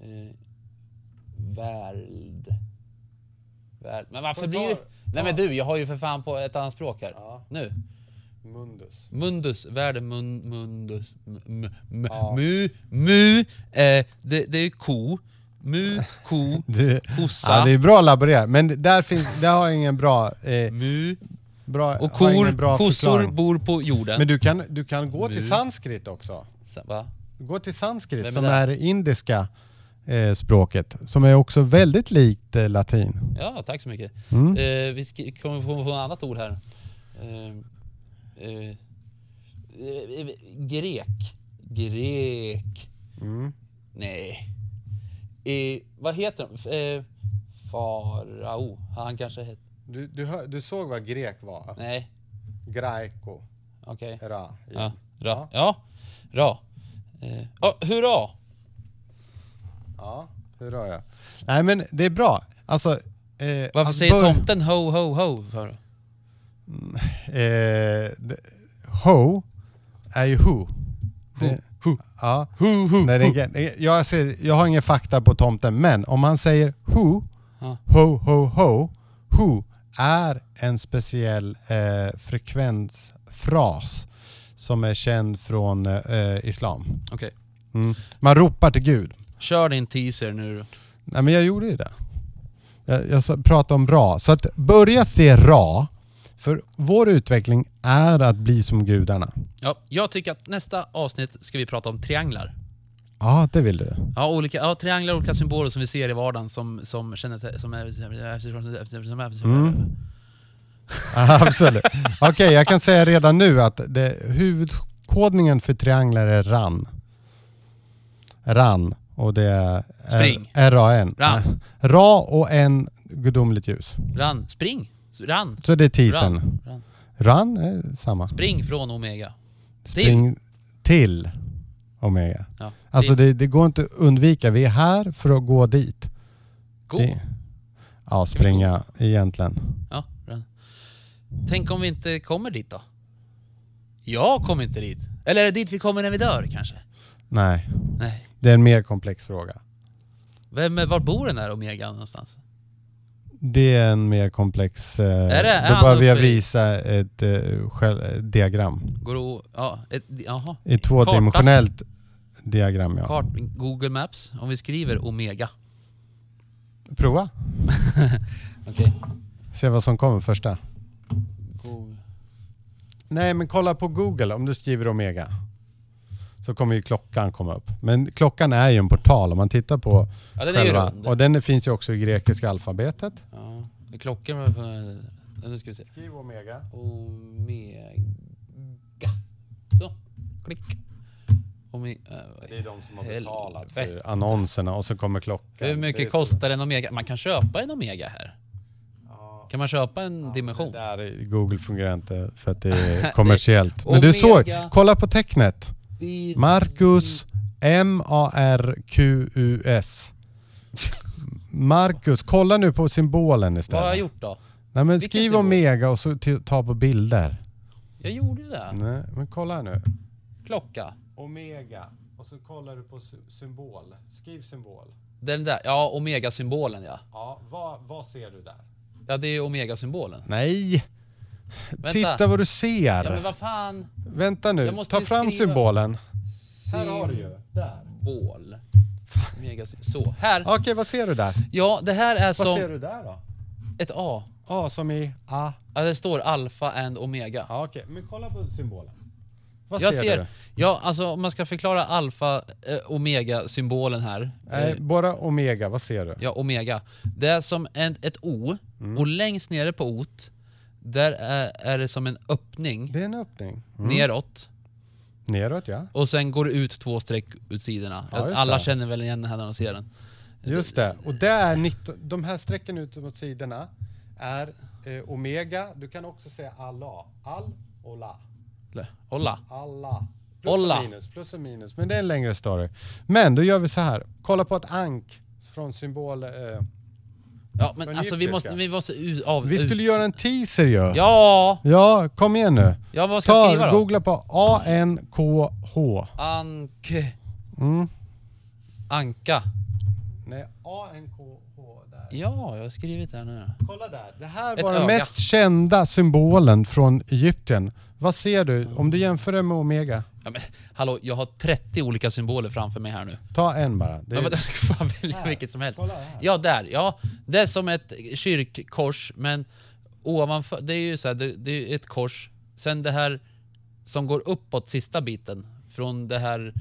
Värld. Men varför blir det... Nej men du, jag har ju för fan på ett annat språk här. Ja. Nu. Mundus. Världen mundus. Det är ko. Kossa. Ja, det är bra laborerat. Men där har ingen bra... bra och kossor förklaring. Bor på jorden. Men du kan gå till sanskrit också. Va? Gå till sanskrit som är indiska språket. Som är också väldigt likt latin. Ja, tack så mycket. Vi kommer få ett annat ord här. Grek. Nej. Vad heter de? Farao. Han kanske heter... Du såg vad grek var? Nej. Graeko. Okej. Ra. Ra. Hurra. Ja, hurra ja. Nej, men det är bra. Alltså... varför säger tomten ho, ho, ho för? Ho är ju who. Ja. Jag har ingen fakta på tomten, men om han säger ho är en speciell frekvensfras som är känd från islam. Okej. Man ropar till Gud. Kör din teaser nu. Nej, men jag gjorde ju det. Jag pratade om Ra. Så att börja se Ra. För vår utveckling är att bli som gudarna. Ja, jag tycker att nästa avsnitt ska vi prata om trianglar. Ja, det vill du. Ja, trianglar och olika symboler som vi ser i vardagen som känner som absolut. Okej, jag kan säga redan nu att huvudkodningen för trianglar är RAN. Och det är spring. RAN. Ra och en gudomligt ljus. RAN. Spring. RAN. Så det är tisen. RAN är samma. Spring från omega. Spring till omega. Ja, alltså det går inte att undvika. Vi är här för att gå dit. Springa egentligen. Ja, RAN. Tänk om vi inte kommer dit då? Jag kommer inte dit. Eller är det dit vi kommer när vi dör kanske? Nej. Det är en mer komplex fråga. Var bor den där omega någonstans? Det är en mer komplex... då behöver jag visa ett diagram. Ett tvådimensionellt diagram, ja. Google Maps, om vi skriver omega. Prova. Okej. Se vad som kommer första. Nej, men kolla på Google om du skriver omega. Så kommer ju klockan komma upp. Men klockan är ju en portal om man tittar på den själva. Är ju och den finns ju också i grekiska alfabetet. Ja, klockan nu ska vi se. Skriv omega. Så, klick. Det är de som har betalat för annonserna och så kommer klockan. Hur mycket kostar en omega? Man kan köpa en omega här. Kan man köpa en dimension? Där Google fungerar inte för att det är kommersiellt. Men du såg, kolla på tecknet. Marcus Marqus. Marcus, kolla nu på symbolen istället. Vad har jag gjort då? Nej, men skriv omega och så ta på bilder. Jag gjorde det. Nej, men kolla nu. Klocka. Omega. Och så kollar du på symbol. Skriv symbol. Den där, ja, omega-symbolen, ja. Ja, vad ser du där? Ja, det är omega-symbolen. Nej. Vänta. Titta vad du ser. Ja, men vad fan? Vänta nu, ta fram symbolen. Här har du ju. Där. Symbol. Så, här. Okej, vad ser du där? Ja, det här är som... Vad ser du där då? Ett A. A som i A. Ja, det står alfa and omega. Ja, okej. Men kolla på symbolen. Vad Jag ser du? Ja, alltså om man ska förklara alfa, omega symbolen här. Bara omega, vad ser du? Ja, omega. Det är som ett O. Och längst nere på O-t, där är det som en öppning. Det är en öppning. Neråt. Neråt, ja. Och sen går det ut 2 streck ut sidorna. Ja, alla känner väl igen den här när de ser den. Just det. Och det är de här strecken ut mot sidorna är omega. Du kan också säga alla. All och la. Olla. Alla. Olla. Plus och minus. Men det är en längre story. Men då gör vi så här. Kolla på ett ank från symbol. Ja, men alltså vi måste Vi skulle göra en teaser ju. Ja. Ja, kom igen nu. Ja, vad ska jag skriva då? Googla på A-N-K-H. Anka. Nej, A-N-K-H där. Ja, jag har skrivit det nu. Kolla där. Det här var den mest kända symbolen från Egypten. Vad ser du om du jämför det med omega? Ja, men hallå, jag har 30 olika symboler framför mig här nu. Ta en bara. Det är... får jag välja vilket som helst. Ja, där. Ja, det är som ett kyrkkors, men ovanför, det är ju så här, det är ett kors. Sen det här som går uppåt sista biten från det här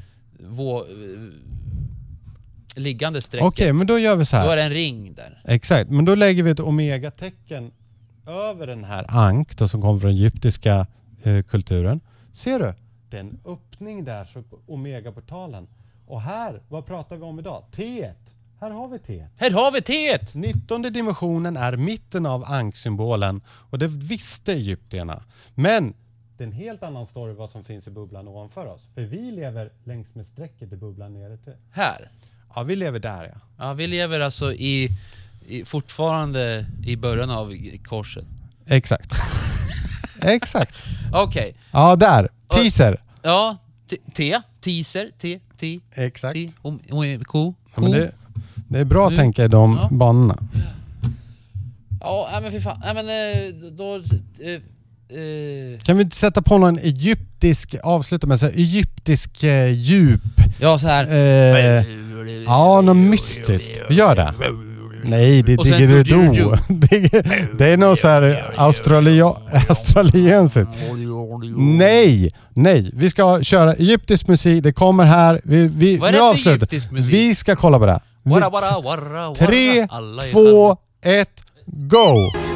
liggande strecket. Okej, men då gör vi så här. Då är det en ring där. Exakt, men då lägger vi ett omega-tecken över den här ank då, som kommer från egyptiska kulturen. Ser du? Det är en öppning där, så omega-portalen. Och här, vad pratar vi om idag? T1. Här har vi T1. Här har vi T1! 19:e dimensionen är mitten av anksymbolen. Och det visste egyptierna. Men det är en helt annan story vad som finns i bubblan ovanför oss. För vi lever längs med strecket i bubblan nere till. Här? Ja, vi lever där, ja. Ja, vi lever alltså fortfarande i början av korset. Exakt. Exakt. Okej. Ja, där. Teaser. Ja, teaser, Exakt. Ko. Ja, men det är bra att tänka i de banorna. Ja, men för fan. Men då... Kan vi inte sätta på någon egyptisk, avsluta med så här, egyptisk djup? Ja, så här. Ja, något mystiskt. Vi gör det. Nej, det är Diggeridoo. Det är nog så här australiensigt. Nej. Vi ska köra egyptisk musik. Det kommer här. Vad är det för egyptisk musik? Vi ska kolla på det. 3, 2, 1, go!